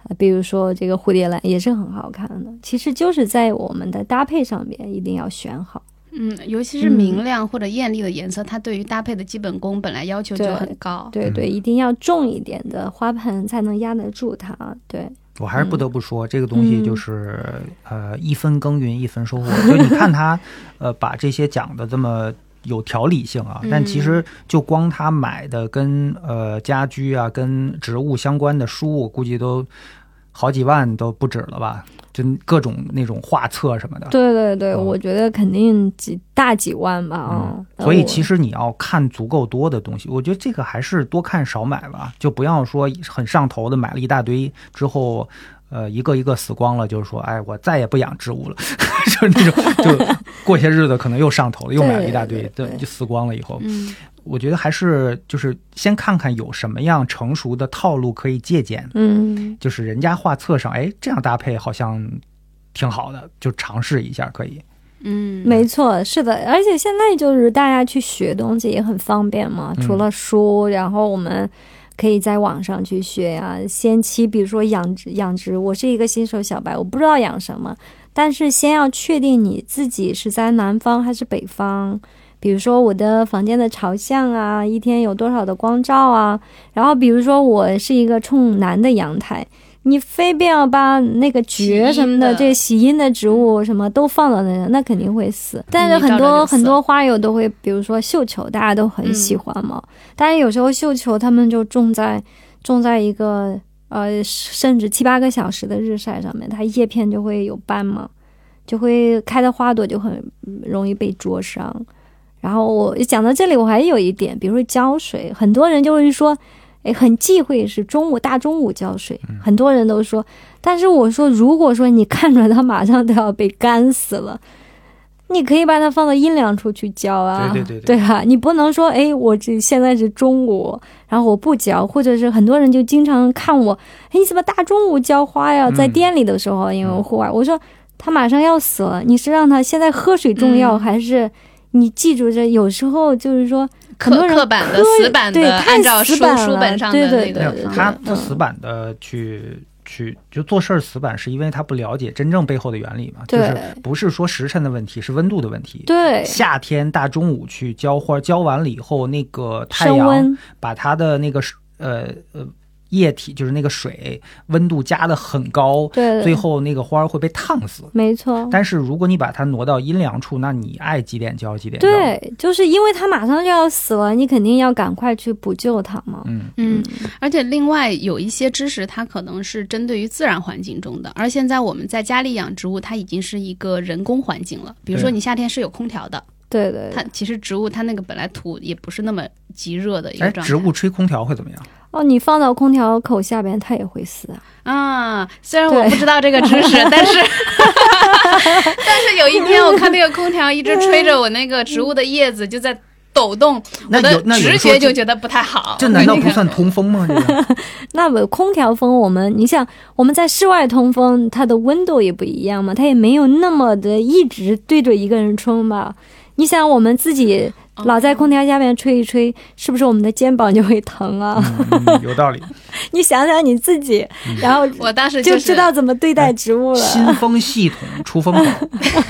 比如说这个蝴蝶兰也是很好看的。其实就是在我们的搭配上面一定要选好。 尤其是明亮或者艳丽的颜色，它对于搭配的基本功本来要求就很高。 对对，一定要重一点的花盆才能压得住它。对， 我还是不得不说，这个东西就是一分耕耘一分收获。就你看他把这些讲的这么有条理性啊，但其实就光他买的跟家居啊跟植物相关的书，我估计都好几万都不止了吧，就各种那种画册什么的。 对对对，我觉得肯定几万吧。 所以其实你要看足够多的东西，我觉得这个还是多看少买吧，就不要说很上头的买了一大堆之后一个一个死光了，就是说哎我再也不养植物了就是那种就过些日子可能又上头了，又买了一大堆，对，就死光了以后。我觉得还是就是先看看有什么样成熟的套路可以借鉴，就是人家画册上，哎，这样搭配好像挺好的，就尝试一下可以。 没错，是的，而且现在就是大家去学东西也很方便嘛，除了书，然后我们可以在网上去学呀。先期比如说养殖，我是一个新手小白，我不知道养什么，但是先要确定你自己是在南方还是北方。比如说我的房间的朝向啊，一天有多少的光照啊，然后比如说我是一个冲南的阳台，你非必要把那个蕨什么的这喜阴的植物什么都放到那肯定会死。但是很多花友都会，比如说绣球大家都很喜欢嘛，但是有时候绣球他们就种在一个甚至7-8个小时的日晒上面，它叶片就会有斑嘛，就会开的花朵就很容易被灼伤。然后我讲到这里，我还有一点，比如说浇水，很多人就会说，很忌讳是大中午浇水，很多人都说，但是我说，如果说你看出来它马上都要被干死了，你可以把它放到阴凉处去浇啊，对啊，你不能说，我现在是中午，然后我不浇，或者是很多人就经常看我，你怎么大中午浇花呀？在店里的时候，因为我户外，我说它马上要死了，你是让它现在喝水重要，还是？你记住这，有时候就是说很多人刻板的死板的按照书本上的那个， 他死板的去就做事死板，是因为他不了解真正背后的原理嘛，就是不是说时辰的问题，是温度的问题。 对， 夏天大中午去浇花，浇完了以后，那个太阳把它的那个液体就是那个水温度加得很高， 对， 最后那个花会被烫死。 没错。 但是如果你把它挪到阴凉处，那你爱几点浇几点浇。 对，就是因为它马上就要死了，你肯定要赶快去补救它嘛。 而且另外有一些知识它可能是针对于自然环境中的，而现在我们在家里养植物，它已经是一个人工环境了。比如说你夏天是有空调的， 对对， 它其实植物它那个本来土也不是那么极热的一个状态。 植物吹空调会怎么样？ 你放到空调口下边它也会死啊！虽然我不知道这个知识，但是有一天我看那个空调一直吹着我那个植物的叶子就在抖动，我的直觉就觉得不太好。 这难道不算通风吗？ 那么空调风你像我们在室外通风，它的温度也不一样嘛，它也没有那么的一直对着一个人冲吧。你想我们自己老在空调下面吹一吹，是不是我们的肩膀就会疼啊？ 有道理。 你想想你自己，然后我当时就知道怎么对待植物了。 新风系统出风口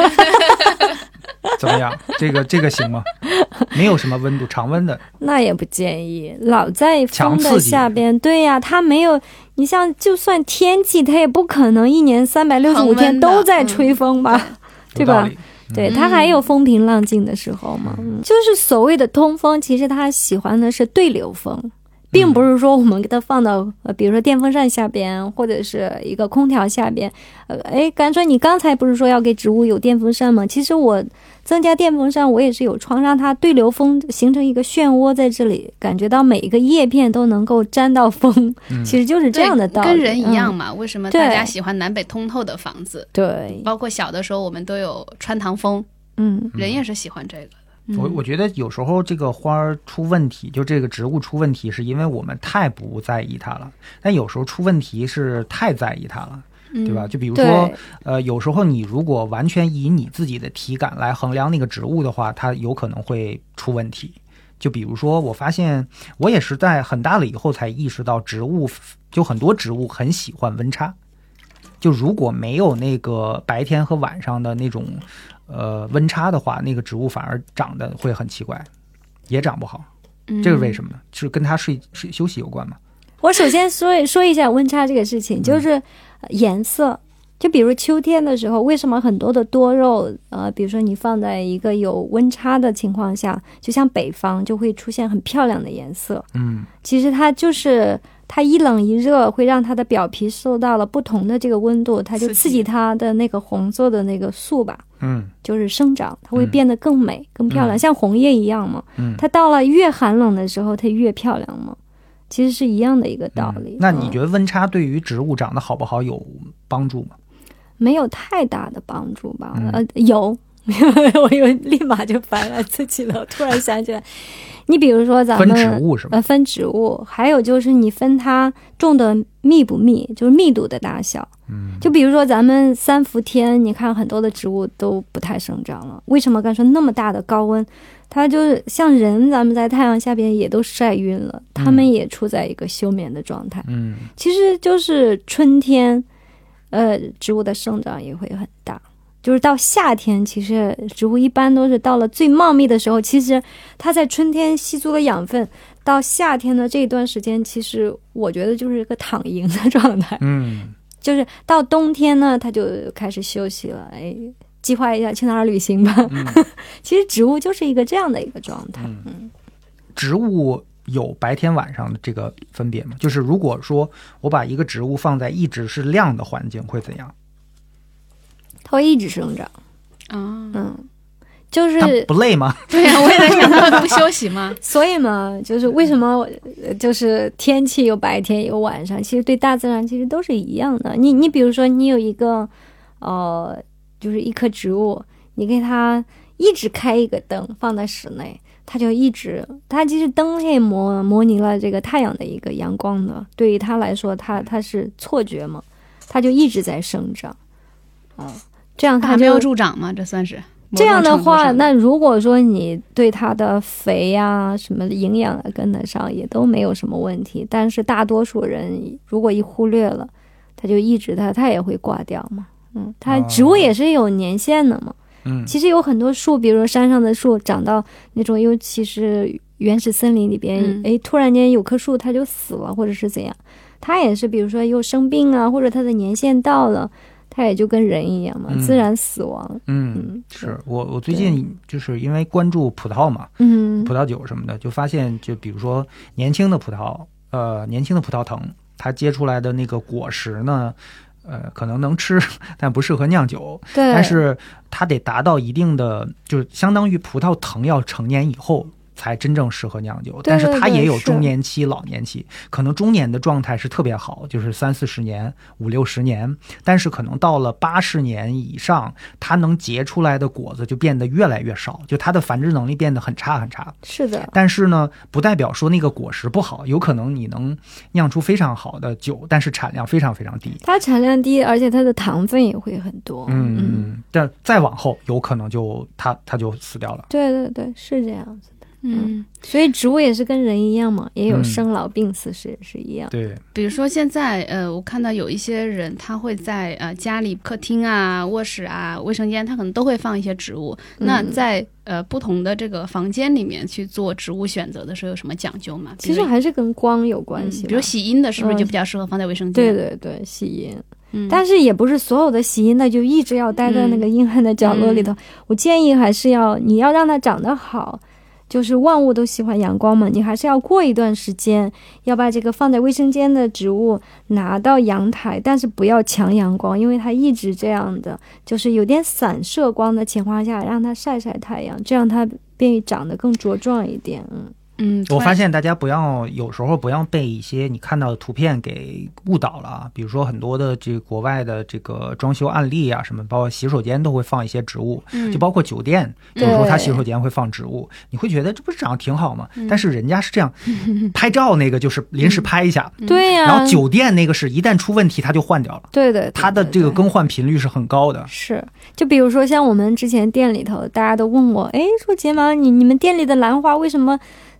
怎么样？这个行吗？没有什么温度，常温的那也不建议。老在风的下边，对呀，它没有。你像就算天气，它也不可能一年365天都在吹风吧，对吧？对，它还有风平浪静的时候嘛。就是所谓的通风，其实它喜欢的是对流风，并不是说我们给它放到比如说电风扇下边或者是一个空调下边。干脆你刚才不是说要给植物有电风扇吗？其实我增加电风扇，我也是有窗，让它对流风形成一个漩涡在这里，感觉到每一个叶片都能够沾到风。其实就是这样的道理， 跟人一样嘛。为什么大家喜欢南北通透的房子？ 对， 包括小的时候我们都有穿堂风，人也是喜欢这个的。 我觉得有时候这个花出问题，就这个植物出问题，是因为我们太不在意它了，但有时候出问题是太在意它了。对吧？就比如说，有时候你如果完全以你自己的体感来衡量那个植物的话，它有可能会出问题。 就比如说，我发现我也是在很大了以后才意识到，植物就很多植物很喜欢温差。就如果没有那个白天和晚上的那种温差的话，那个植物反而长得会很奇怪，也长不好。这是为什么呢？是跟它睡休息有关吗？ 我首先说一下温差这个事情，就是颜色。就比如秋天的时候，为什么很多的多肉比如说你放在一个有温差的情况下，就像北方就会出现很漂亮的颜色。其实它就是它一冷一热会让它的表皮受到了不同的这个温度，它就刺激它的那个红色的那个素吧，就是生长，它会变得更美更漂亮，像红叶一样嘛。它到了越寒冷的时候它越漂亮嘛，其实是一样的一个道理。 那你觉得温差对于植物长得好不好有帮助吗？ 没有太大的帮助吧。有我立马就翻了自己了，突然想起来，你比如说咱们分植物是吧？ 分植物，还有就是你分它种的密不密，就是密度的大小。就比如说咱们3伏天，你看很多的植物都不太生长了，为什么？刚说那么大的高温，它就是像人，咱们在太阳下边也都晒晕了，它们也处在一个休眠的状态。其实就是春天植物的生长也会很大，就是到夏天，其实植物一般都是到了最茂密的时候，其实它在春天吸足了养分，到夏天的这一段时间，其实我觉得就是一个躺赢的状态。就是到冬天呢，它就开始休息了，计划一下去哪儿旅行吧。其实植物就是一个这样的一个状态。 植物有白天晚上的这个分别吗？就是如果说我把一个植物放在一直是亮的环境会怎样？ 它会一直生长。就是它不累吗？ 对呀，我也在想它不休息吗？ 所以嘛，就是为什么就是天气有白天有晚上，其实对大自然其实都是一样的。你比如说你有一个就是一棵植物，你给它一直开一个灯放在室内，它就一直，它其实灯也模拟了这个太阳的一个阳光的，对于它来说它是错觉嘛，它就一直在生长。这样它没有助长吗？这算是这样的话，那如果说你对它的肥呀、什么营养跟得上，也都没有什么问题。但是大多数人如果一忽略了，它就一直它也会挂掉嘛。它植物也是有年限的嘛。其实有很多树，比如说山上的树长到那种，尤其是原始森林里边，突然间有棵树它就死了，或者是怎样，它也是比如说又生病啊，或者它的年限到了。它也就跟人一样嘛，自然死亡。 是我最近就是因为关注葡萄嘛，葡萄酒什么的，就发现就比如说年轻的葡萄藤，它结出来的那个果实呢，可能能吃，但不适合酿酒。 对， 但是它得达到一定的，就是相当于葡萄藤要成年以后才真正适合酿酒。但是它也有中年期、老年期，可能中年的状态是特别好，就是30-40年、50-60年，但是可能到了80年以上，它能结出来的果子就变得越来越少，就它的繁殖能力变得很差很差。 是的。 但是呢，不代表说那个果实不好，有可能你能酿出非常好的酒，但是产量非常非常低。 它产量低，而且它的糖分也会很多。 但再往后有可能就它就死掉了。 对对对，是这样子。所以植物也是跟人一样嘛，也有生老病死是一样。 对， 比如说现在我看到有一些人他会在家里客厅啊、卧室啊、卫生间，他可能都会放一些植物。那在不同的这个房间里面去做植物选择的时候有什么讲究吗？ 其实还是跟光有关系。 比如洗阴的是不是就比较适合放在卫生间？ 对对对，洗阴。但是也不是所有的洗阴的就一直要待在那个阴暗的角落里头。我建议还是你要让它长得好。就是万物都喜欢阳光嘛，你还是要过一段时间，要把这个放在卫生间的植物拿到阳台，但是不要强阳光，因为它一直这样的，就是有点散射光的情况下，让它晒晒太阳，这样它便长得更茁壮一点。 我发现大家有时候不要被一些你看到的图片给误导了啊。比如说很多的这个国外的这个装修案例啊，什么包括洗手间都会放一些植物，就包括酒店，有时候它洗手间会放植物，你会觉得这不是长得挺好吗？但是人家是这样，拍照那个就是临时拍一下， 对呀， 然后酒店那个是一旦出问题它就换掉了， 对对， 它的这个更换频率是很高的。 是，就比如说像我们之前店里头，大家都问我，说睫毛你们店里的兰花为什么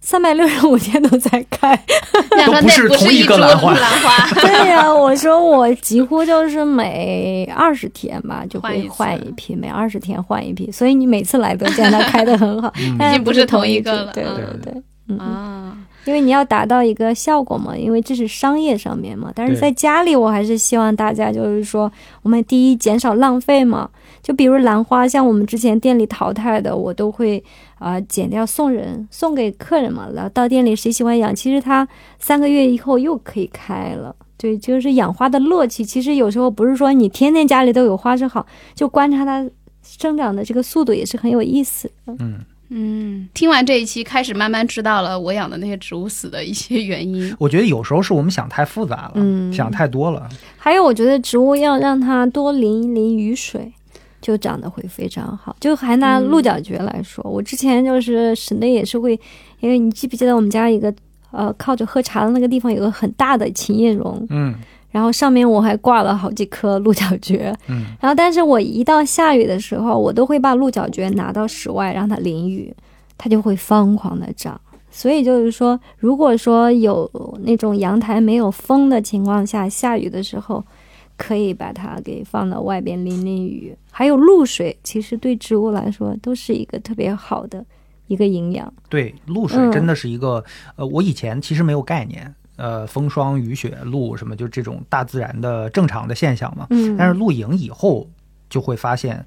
365天都在开。 想说都不是那不同一一株个兰花兰花。 对呀、我说我几乎就是每20天吧就会换一次换一批，每20天换一批，所以你每次来都见它开得很好，但是已经不是同同一个了对嗯对对，嗯。 啊， 因为你要达到一个效果嘛，因为这是商业上面嘛。但是对在家里，我还是希望大家就是说，我们第一减少浪费嘛。就比如兰花，像我们之前店里淘汰的，我都会剪掉送人，送给客人嘛。然后到店里谁喜欢养，其实它3个月以后又可以开了。对，就是养花的乐趣。其实有时候不是说你天天家里都有花是好，就观察它生长的这个速度也是很有意思的。 听完这一期，开始慢慢知道了我养的那些植物死的一些原因。 我觉得有时候是我们想太复杂了，想太多了。 还有，我觉得植物要让它多淋一淋雨水，就长得会非常好。就还拿鹿角蕨来说，我之前就是室内也是会，因为你记不记得我们家一个靠着喝茶的那个地方有个很大的琴叶榕，然后上面我还挂了好几棵鹿角蕨，然后但是我一到下雨的时候，我都会把鹿角蕨拿到室外让它淋雨，它就会疯狂的长。所以就是说，如果说有那种阳台没有风的情况下，下雨的时候可以把它给放到外边淋淋雨。还有露水，其实对植物来说都是一个特别好的一个营养。 对，露水真的是一个我以前其实没有概念，风霜雨雪露什么就这种大自然的正常的现象嘛。但是露营以后就会发现，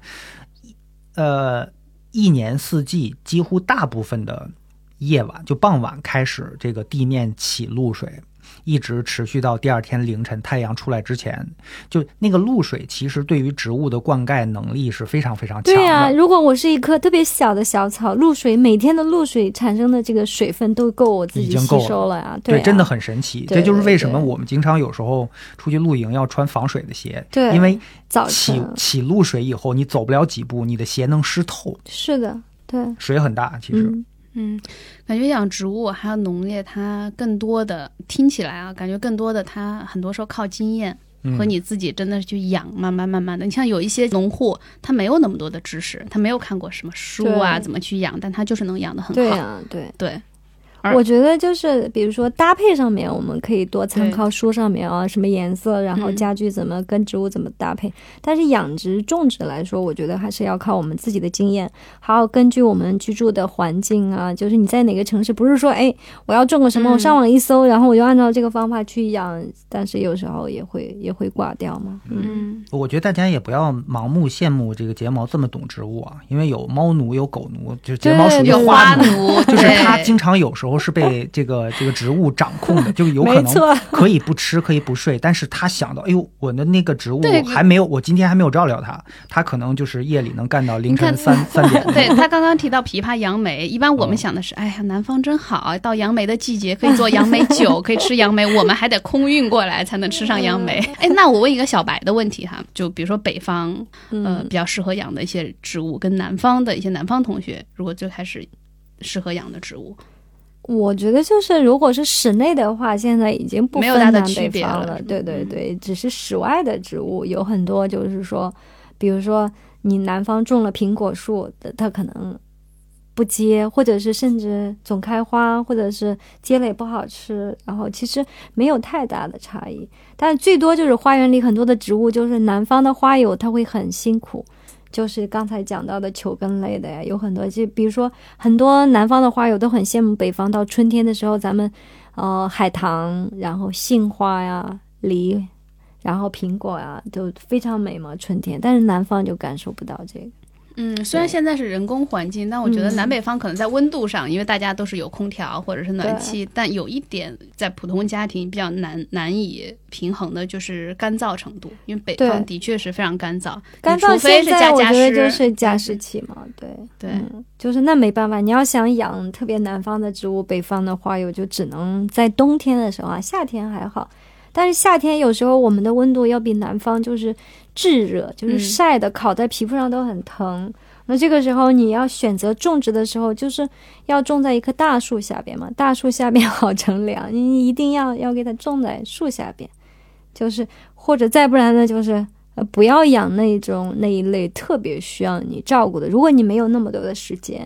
一年四季几乎大部分的夜晚就傍晚开始，这个地面起露水，一直持续到第二天凌晨太阳出来之前，就那个露水其实对于植物的灌溉能力是非常非常强的。 对呀、如果我是一棵特别小的小草，露水每天的露水产生的这个水分都够我自己吸收了呀。 对， 啊， 真的很神奇。 对这就是为什么我们经常有时候出去露营要穿防水的鞋， 对， 因为早晨起露水以后，你走不了几步，你的鞋能湿透。 是的，对， 水很大，其实。 感觉养植物还有农业，它更多的听起来啊，感觉更多的它很多时候靠经验和你自己真的去养，慢慢的。你像有一些农户，他没有那么多的知识，他没有看过什么书啊，怎么去养，但他就是能养得很好。 对啊，对。我觉得就是比如说搭配上面，我们可以多参考书上面啊，什么颜色，然后家具怎么跟植物怎么搭配。但是养殖种植来说，我觉得还是要靠我们自己的经验，还要根据我们居住的环境啊，就是你在哪个城市，不是说我要种个什么，我上网一搜，然后我就按照这个方法去养，但是有时候也会挂掉嘛。 我觉得大家也不要盲目羡慕这个睫毛这么懂植物啊，因为有猫奴有狗奴，就是睫毛属于花奴，就是它经常有时候是被这个植物掌控的，就有可能可以不吃可以不睡，但是他想到我的那个植物还没有，我今天还没有照料它可能就是夜里能干到凌晨3点。 对，他刚刚提到枇杷杨梅，一般我们想的是南方真好，到杨梅的季节可以做杨梅酒，可以吃杨梅，我们还得空运过来才能吃上杨梅。那我问一个小白的问题哈，就比如说北方比较适合养的一些植物，跟南方的一些南方同学如果最开始适合养的植物， 我觉得就是如果是室内的话，现在已经不分南北方了。对，只是室外的植物有很多，就是说比如说你南方种了苹果树，它可能不结，或者是甚至总开花，或者是结了也不好吃，然后其实没有太大的差异。但最多就是花园里很多的植物，就是南方的花友它会很辛苦，就是刚才讲到的球根类的呀，有很多，就比如说很多南方的花友都很羡慕北方，到春天的时候咱们海棠，然后杏花呀、梨，然后苹果呀，都非常美嘛，春天。但是南方就感受不到这个。 虽然现在是人工环境，但我觉得南北方可能在温度上，因为大家都是有空调或者是暖气，但有一点在普通家庭比较难以平衡的就是干燥程度，因为北方的确是非常干燥， 干燥除非是加我觉得湿， 就是加湿器嘛，对，就是那没办法，你要想养特别南方的植物，北方的花友就只能在冬天的时候啊，夏天还好。但是夏天有时候我们的温度要比南方就是炙热，就是晒的烤在皮肤上都很疼。那这个时候你要选择种植的时候，就是要种在一棵大树下边嘛，大树下边好乘凉，你一定要给它种在树下边，就是或者再不然呢，就是不要养那一类特别需要你照顾的。如果你没有那么多的时间，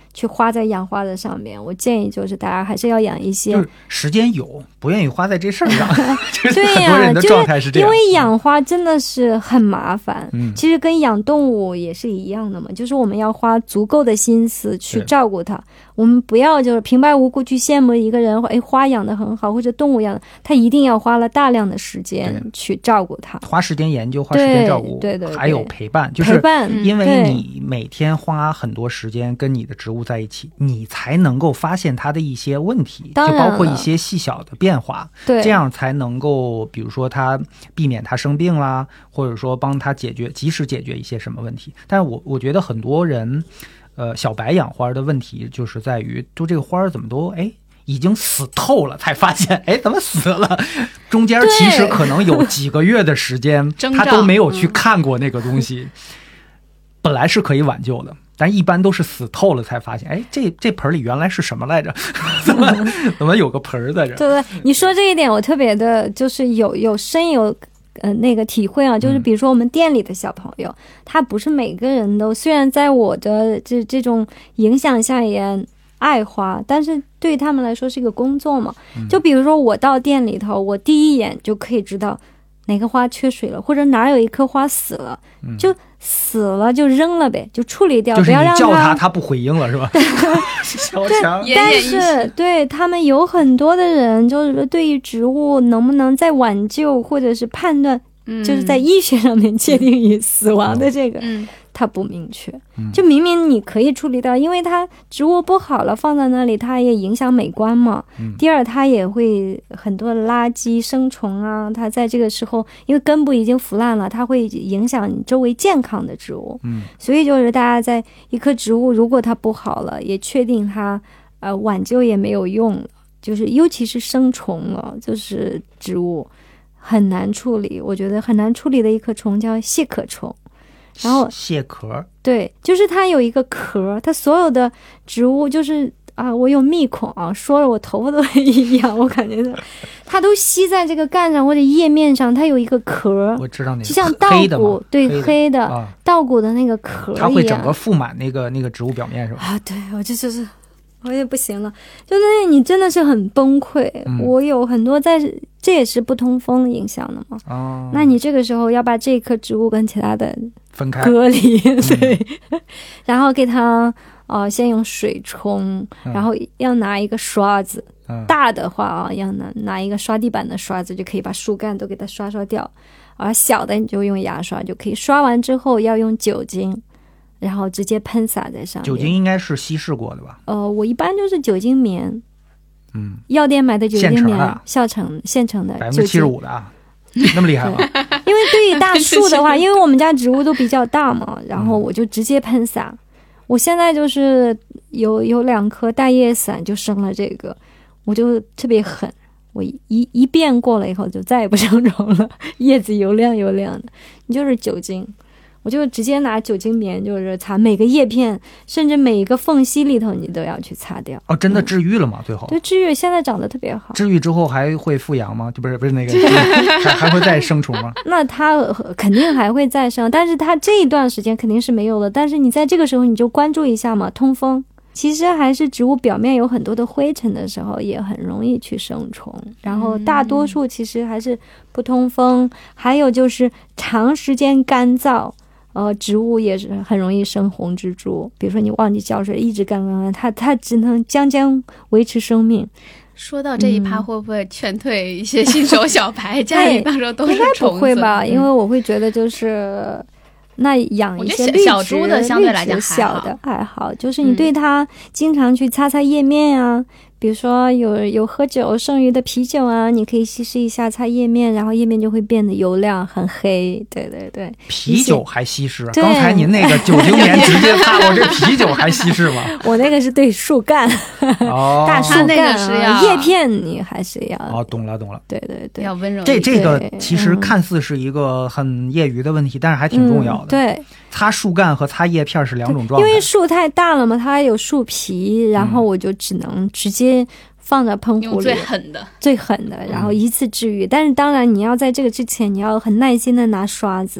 去花在养花的上面。我建议就是大家还是要养一些， 就是时间有，不愿意花在这事儿上。 对很多人的状态是这样， 因为养花真的是很麻烦。 其实跟养动物也是一样的嘛，就是我们要花足够的心思去照顾它。我们不要就是平白无故去羡慕一个人，花养得很好，或者动物养的，他一定要花了大量的时间去照顾它， 花时间研究，花时间照顾， 对， 还有陪伴，就是陪伴， 因为你每天花很多时间跟你的植物在一起，你才能够发现它的一些问题，就包括一些细小的变化， 对， 这样才能够比如说它避免它生病啦，或者说帮它及时解决一些什么问题。但是我觉得很多人小白养花的问题就是在于，就这个花怎么都已经死透了，才发现怎么死了，中间其实可能有几个月的时间他都没有去看过那个东西，本来是可以挽救的，但一般都是死透了才发现，这盆里原来是什么来着？怎么有个盆在这？ 对，你说这一点我特别的就是有深有那个体会啊，就是比如说我们店里的小朋友，他不是每个人都，虽然在我的这种影响下也爱花，但是对他们来说是一个工作嘛。就比如说我到店里头，我第一眼就可以知道哪个花缺水了，或者哪有一棵花死了，就死了就扔了呗，就处理掉， 就是你不要让叫他不回应了是吧？小强， 但是对他们有很多的人就是对于植物能不能再挽救或者是判断，就是在医学上面界定于死亡的这个，它不明确。就明明你可以处理掉，因为它植物不好了放在那里，它也影响美观嘛。第二，它也会很多垃圾生虫啊，它在这个时候因为根部已经腐烂了，它会影响你周围健康的植物。所以就是大家在一棵植物如果它不好了，也确定它挽救也没有用了，就是尤其是生虫了，就是植物很难处理。我觉得很难处理的一颗虫叫蟹壳虫。然后蟹壳， 对，就是它有一个壳，它所有的植物就是我有密孔啊，说了我头发都一样，我感觉它都吸在这个干上或者叶面上，它有一个壳， 我知道那个就像稻谷，对，黑的稻谷的那个壳一样， 它会整个覆满那个植物表面是吧？ 对，我就是我也不行了，就那你真的是很崩溃。我有很多这也是不通风影响的嘛。那你这个时候要把这棵植物跟其他的分开隔离，对，然后给它先用水冲，然后要拿一个刷子，大的话要拿一个刷地板的刷子，就可以把树干都给它刷掉，而小的你就用牙刷就可以。刷完之后要用酒精，然后直接喷洒在上面。 酒精应该是稀释过的吧？ 我一般就是酒精棉，药店买的酒精棉，现成的 75%的啊，那么厉害吗？ 因为对于大树的话，因为我们家植物都比较大嘛，然后我就直接喷洒。我现在就是有2棵大叶伞就生了这个，我就特别狠，我一遍过了以后就再也不生虫了，叶子油亮油亮的。你就是酒精，我就直接拿酒精棉就是擦每个叶片，甚至每一个缝隙里头你都要去擦掉。 真的治愈了吗？最后对，治愈，现在长得特别好。 治愈之后还会复阳吗？就不是那个还会再生虫吗？ 那它肯定还会再生，但是它这一段时间肯定是没有了。但是你在这个时候你就关注一下嘛，通风。其实还是植物表面有很多的灰尘的时候也很容易去生虫，然后大多数其实还是不通风，还有就是长时间干燥，植物也是很容易生红蜘蛛。比如说你忘记浇水，一直干，它只能将维持生命。 说到这一趴，会不会劝退一些新手小白？家里到时候都是虫子？ 应该不会吧？因为我会觉得就是那养一些小株的相对来讲小的还好，就是你对它经常去擦擦叶面啊，比如说有喝酒剩余的啤酒啊，你可以稀释一下擦叶面，然后叶面就会变得油亮很黑。对对对， 啤酒还稀释？刚才您那个酒精棉直接擦，我这啤酒还稀释吗？ 我那个是对树干，大树干是要叶片，你还是要懂了。 对对对， 要温柔。 这个其实看似是一个很业余的问题，但是还挺重要的。 对， 擦树干和擦叶片是2种状态。 因为树太大了嘛，它还有树皮，然后我就只能直接放在喷壶里，最狠的，然后一次治愈。但是当然你要在这个之前你要很耐心的拿刷子，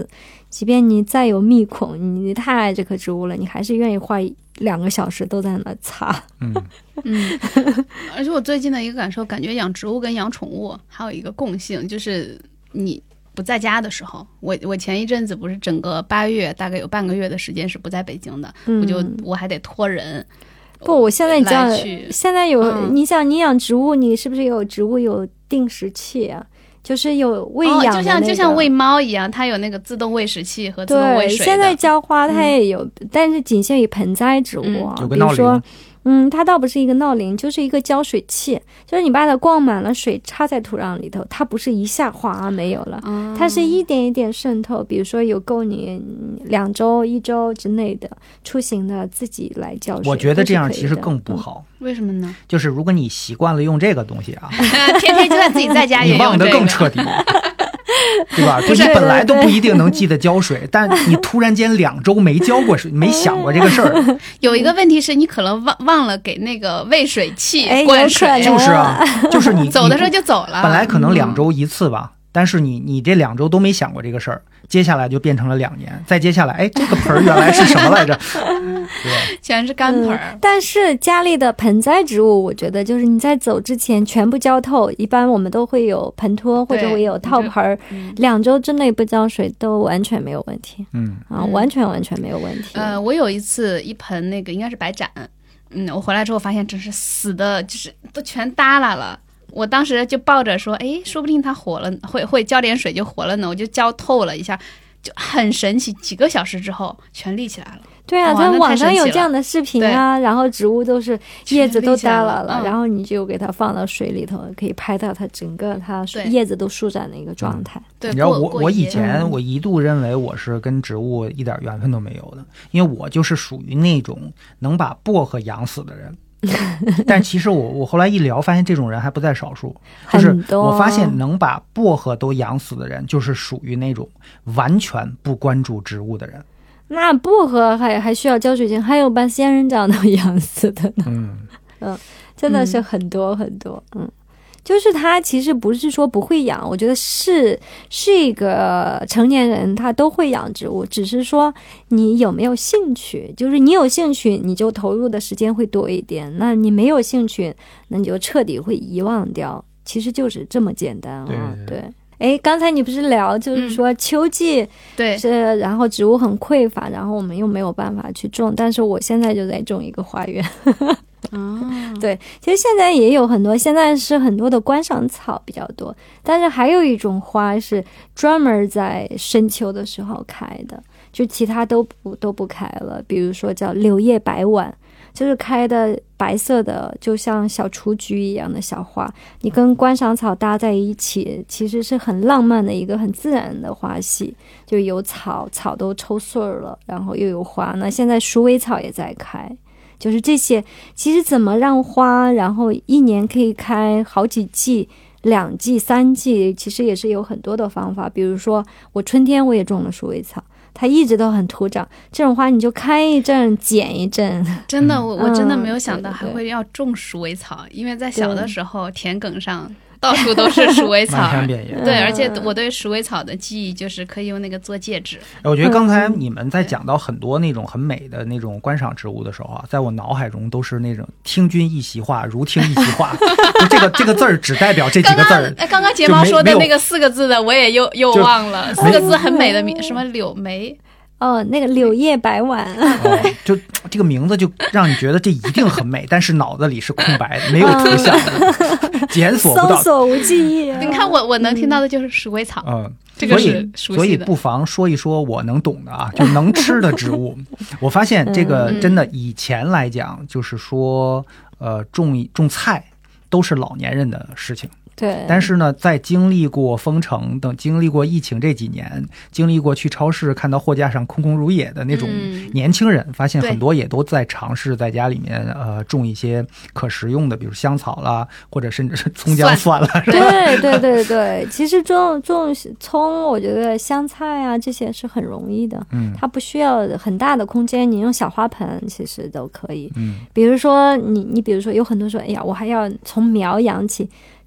即便你再有密孔，你太爱这棵植物了，你还是愿意花2个小时都在那擦。 而且我最近的一个感受，感觉养植物跟养宠物还有一个共性，就是你不在家的时候，我前一阵子不是整个8月大概有半个月的时间是不在北京的，我还得托人。 不，我现在你知道，现在有、你想你养植物，你是不是有植物有定时器啊？就是有喂养的、那个就像喂猫一样，它有那个自动喂食器和自动喂水的。 对，现在浇花它也有，但是仅限于盆栽植物啊，比如说。它倒不是一个闹铃，就是一个浇水器，就是你把它灌满了水，插在土壤里头，它不是一下哗没有了，它是一点一点渗透。比如说有够你2周、1周之内的出行的自己来浇水。 我觉得这样其实更不好。 为什么呢？ 就是如果你习惯了用这个东西啊， 天天就算自己在家也用你忘得更彻底。对吧？就你本来都不一定能记得浇水，但你突然间2周没浇过水，没想过这个事儿。 有一个问题是你可能忘了给那个喂水器灌水， 就是啊，就是你走的时候就走了。 本来可能2周一次吧，但是你这2周都没想过这个事儿，接下来就变成了2年，再接下来，这个盆原来是什么来着？对， 全是干盆。 但是家里的盆栽植物，我觉得就是你在走之前全部浇透，一般我们都会有盆托或者会有套盆，2周之内不浇水都完全没有问题。完全没有问题。 我有一次一盆那个应该是白斩，我回来之后发现真是死的，就是都全耷拉了。我当时就抱着说，说不定它活了，会浇点水就活了呢。我就浇透了一下，就很神奇，几个小时之后全立起来了。 对啊，它网上有这样的视频啊，然后植物都是叶子都耷拉了，然后你就给它放到水里头，可以拍到它整个它叶子都舒展的一个状态。 对，你知道我以前我一度认为我是跟植物一点缘分都没有的，因为我就是属于那种能把薄荷养死的人。但其实我后来一聊发现这种人还不在少数，就是我发现能把薄荷都养死的人就是属于那种完全不关注植物的人。 那薄荷还需要浇水间，还有把仙人掌都养死的呢。真的是很多很多。就是他其实不是说不会养，我觉得是一个成年人他都会养植物，只是说你有没有兴趣，就是你有兴趣你就投入的时间会多一点，那你没有兴趣那你就彻底会遗忘掉，其实就是这么简单啊。对，刚才你不是聊就是说秋季对是，然后植物很匮乏，然后我们又没有办法去种，但是我现在就在种一个花园。对，其实现在也有很多，现在是很多的观赏草比较多，但是还有一种花是专门在深秋的时候开的，就其他都不开了，比如说叫柳叶白碗，就是开的白色的就像小雏菊一样的小花，你跟观赏草搭在一起，其实是很浪漫的一个很自然的花系，就有草都抽穗了，然后又有花。那现在鼠尾草也在开，就是这些。其实怎么让花然后1年可以开好几季，2季3季，其实也是有很多的方法。比如说我春天我也种了鼠尾草，它一直都很土长，这种花你就开一阵剪一阵。 真的，我真的没有想到还会要种鼠尾草，因为在小的时候田埂上到处都是鼠尾草，对，而且我对鼠尾草的记忆就是可以用那个做戒指。 我觉得刚才你们在讲到很多那种很美的那种观赏植物的时候啊，在我脑海中都是那种听君一席话，如听一席话。这个字儿只代表这几个字儿。 刚刚睫毛说的那个4个字的，我也又忘了，4个字很美的名，什么柳梅。 那个柳叶白碗。 就这个名字就让你觉得这一定很美，但是脑子里是空白的，没有图像的，检索不到， 搜索无记忆。 你看我能听到的就是鼠尾草。这个是熟悉的。 所以不妨说一说我能懂的啊，就能吃的植物。我发现这个真的以前来讲，就是说种菜都是老年人的事情。 对， 但是呢，在经历过封城等经历过疫情这几年，经历过去超市看到货架上空空如也的那种年轻人，发现很多也都在尝试在家里面种一些可食用的，比如香草啦，或者甚至是葱姜蒜啦。 对，其实种葱，我觉得香菜啊这些是很容易的，它不需要很大的空间，你用小花盆其实都可以。比如说你比如说有很多说，哎呀，我还要从苗养起。香葱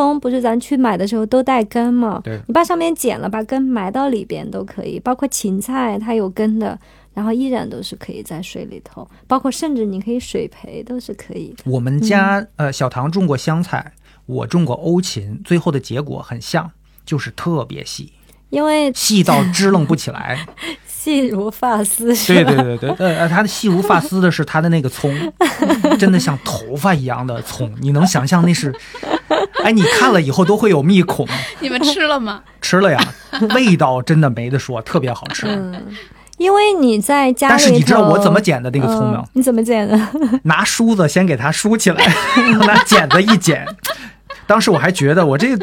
葱不是咱去买的时候都带根吗？ 对， 你把上面剪了，把根埋到里边都可以，包括芹菜它有根的，然后依然都是可以在水里头，包括甚至你可以水培都是可以的。 我们家小唐种过香菜，我种过欧芹，最后的结果很像，就是特别细， 因为细到支棱不起来。 细如发丝是吧？ 对，它的细如发丝的是它的那个葱，真的像头发一样的葱，你能想象那是？哎，你看了以后都会有密孔。 你们吃了吗？ 吃了呀，味道真的没得说，特别好吃。 因为你在家里头， 但是你知道我怎么剪的那个葱吗？ 你怎么剪的？ 拿梳子先给它梳起来，拿剪子一剪。当时我还觉得我这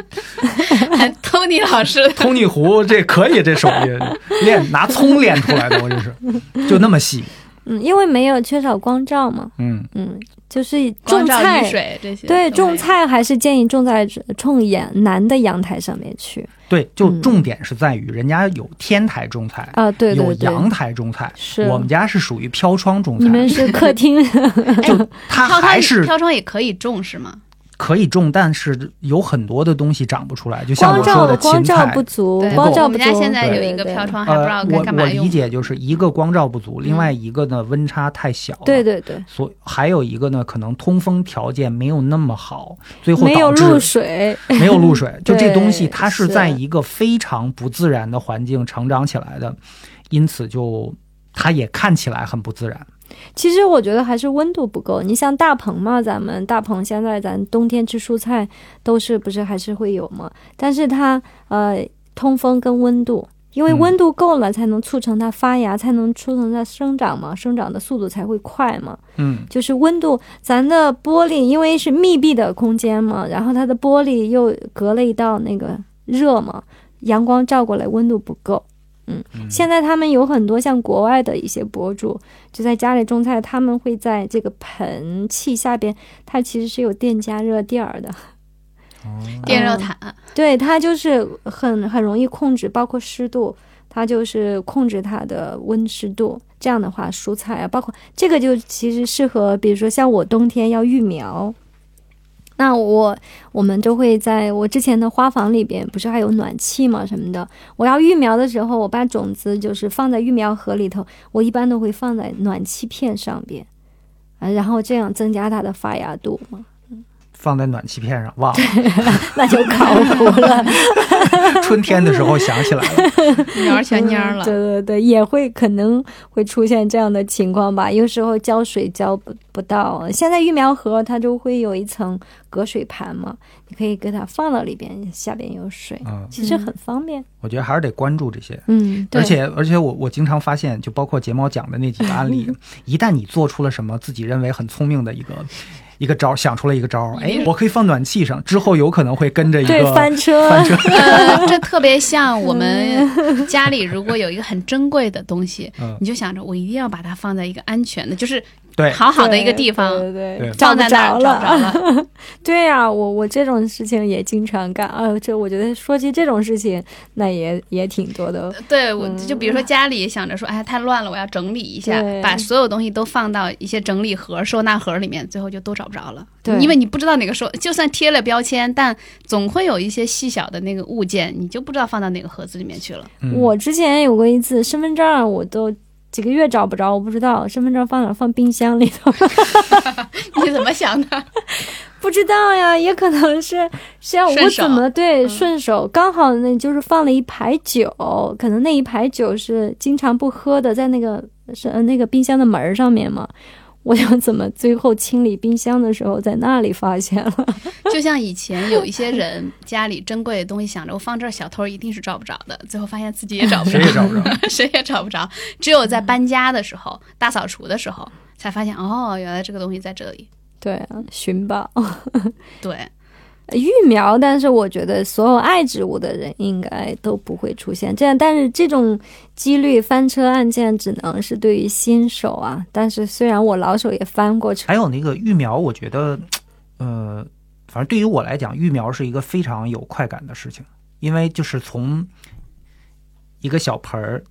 Tony 老师 Tony 胡这可以，这手艺拿葱练出来的，我这是就那么细。 因为没有缺少光照嘛。就是种菜雨水这些， 对，种菜还是建议种在南的阳台上面去。 对，就重点是在于人家有天台种菜啊，对， 有阳台种菜。 是我们家是属于飘窗种菜。 你们是客厅， 就它还是飘窗也可以种是吗？ 可以种，但是有很多的东西长不出来，就像我说的芹菜， 光照不足，光照不足。 我们家现在有一个飘窗，还不知道该干嘛用。 我理解就是一个光照不足，另外一个呢温差太小了， 对， 所以还有一个呢可能通风条件没有那么好，最后没有露水， 没有露水，就这东西它是在一个非常不自然的环境成长起来的，因此就它也看起来很不自然。 其实我觉得还是温度不够。你像大棚嘛，咱们大棚现在咱冬天吃蔬菜都是不是还是会有嘛？但是它通风跟温度，因为温度够了才能促成它发芽，才能促成它生长嘛，生长的速度才会快嘛。就是温度，咱的玻璃因为是密闭的空间嘛，然后它的玻璃又隔了一道那个热嘛，阳光照过来温度不够。现在他们有很多像国外的一些博主就在家里种菜，他们会在这个盆器下边，它其实是有电加热垫儿的， 电热毯。 对，它就是很容易控制，包括湿度，它就是控制它的温湿度。这样的话，蔬菜啊，包括这个就其实适合，比如说像我冬天要育苗。那我们就会在我之前的花房里边，不是还有暖气嘛什么的。我要育苗的时候，我把种子就是放在育苗盒里头，我一般都会放在暖气片上边，然后这样增加它的发芽度嘛。 放在暖气片上，哇， 那就考古了。 春天的时候想起来了， 蔫全蔫了。 对，也会可能会出现这样的情况吧。有时候浇水浇不到，现在育苗盒它就会有一层隔水盘嘛，你可以给它放到里边，下边有水，其实很方便。 我觉得还是得关注这些， 对， 而且我经常发现，就包括睫毛讲的那几个案例，一旦你做出了什么自己认为很聪明的一个招，想出了一个招，我可以放暖气上，之后有可能会跟着一个翻车。 这特别像我们家里如果有一个很珍贵的东西，你就想着我一定要把它放在一个安全的，就是好好的一个地方， 对， 放在那儿找不着了。 对呀，我这种事情也经常干啊。这我觉得说起这种事情，那也挺多的。 对，我就比如说家里想着说，太乱了，我要整理一下，把所有东西都放到一些整理盒、收纳盒里面，最后就都找不着了。 对， 因为你不知道哪个就算贴了标签，但总会有一些细小的那个物件，你就不知道放到哪个盒子里面去了。 我之前有过一次身份证，我都几个月找不着，我不知道身份证放哪，放冰箱里头。 你怎么想的？ 不知道呀，也可能是我怎么顺手刚好那就是放了一排酒，可能那一排酒是经常不喝的，在那个冰箱的门上面嘛。我就怎么最后清理冰箱的时候在那里发现了。 就像以前有一些人家里珍贵的东西想着我放这儿小偷一定是找不着的，最后发现自己也找不着，谁也找不着，只有在搬家的时候大扫除的时候才发现，原来这个东西在这里。 对啊，寻宝。 对， 育苗，但是我觉得所有爱植物的人应该都不会出现这样，但是这种几率翻车案件只能是对于新手啊。但是虽然我老手也翻过车。 还有那个育苗，我觉得反正对于我来讲，育苗是一个非常有快感的事情，因为就是从一个小盆儿到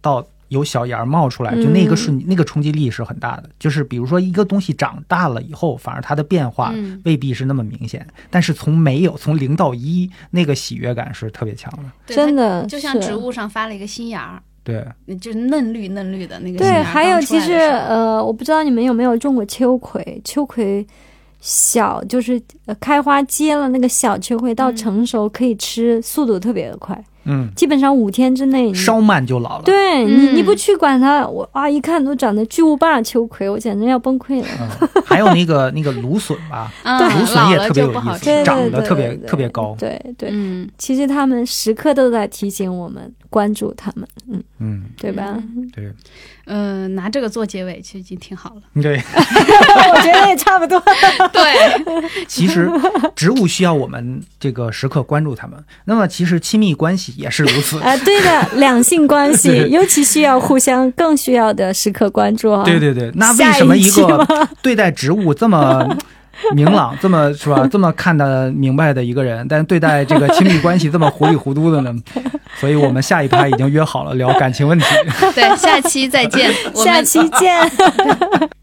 有小芽冒出来，就那个冲击力是很大的。就是比如说一个东西长大了以后，反而它的变化未必是那么明显，但是从0到1，那个喜悦感是特别强的。 真的就像植物上发了一个新芽， 对， 就是嫩绿的那个新对， 芽。 还有其实我不知道你们有没有种过秋葵，秋葵小就是开花结了那个小秋葵到成熟可以吃，速度特别的快。基本上5天之内稍慢就老了。 对，你不去管它，我一看都长得巨无霸秋葵，我简直要崩溃了。 还有那个芦笋吧，芦笋也特别有意思，长得特别高。 对，其实他们时刻都在提醒我们关注他们，对吧？ 对， 拿这个做结尾其实已经挺好了。 对， 我觉得也差不多。 对， 其实植物需要我们这个时刻关注它们，那么其实亲密关系也是如此。 对的，两性关系尤其需要更需要的时刻关注啊。 对，那为什么一个对待植物这么明朗，这么是吧，这么看得明白的一个人，但对待这个亲密关系这么糊里糊涂的呢？所以我们下一趴已经约好了聊感情问题。 对，下期再见。 下期见。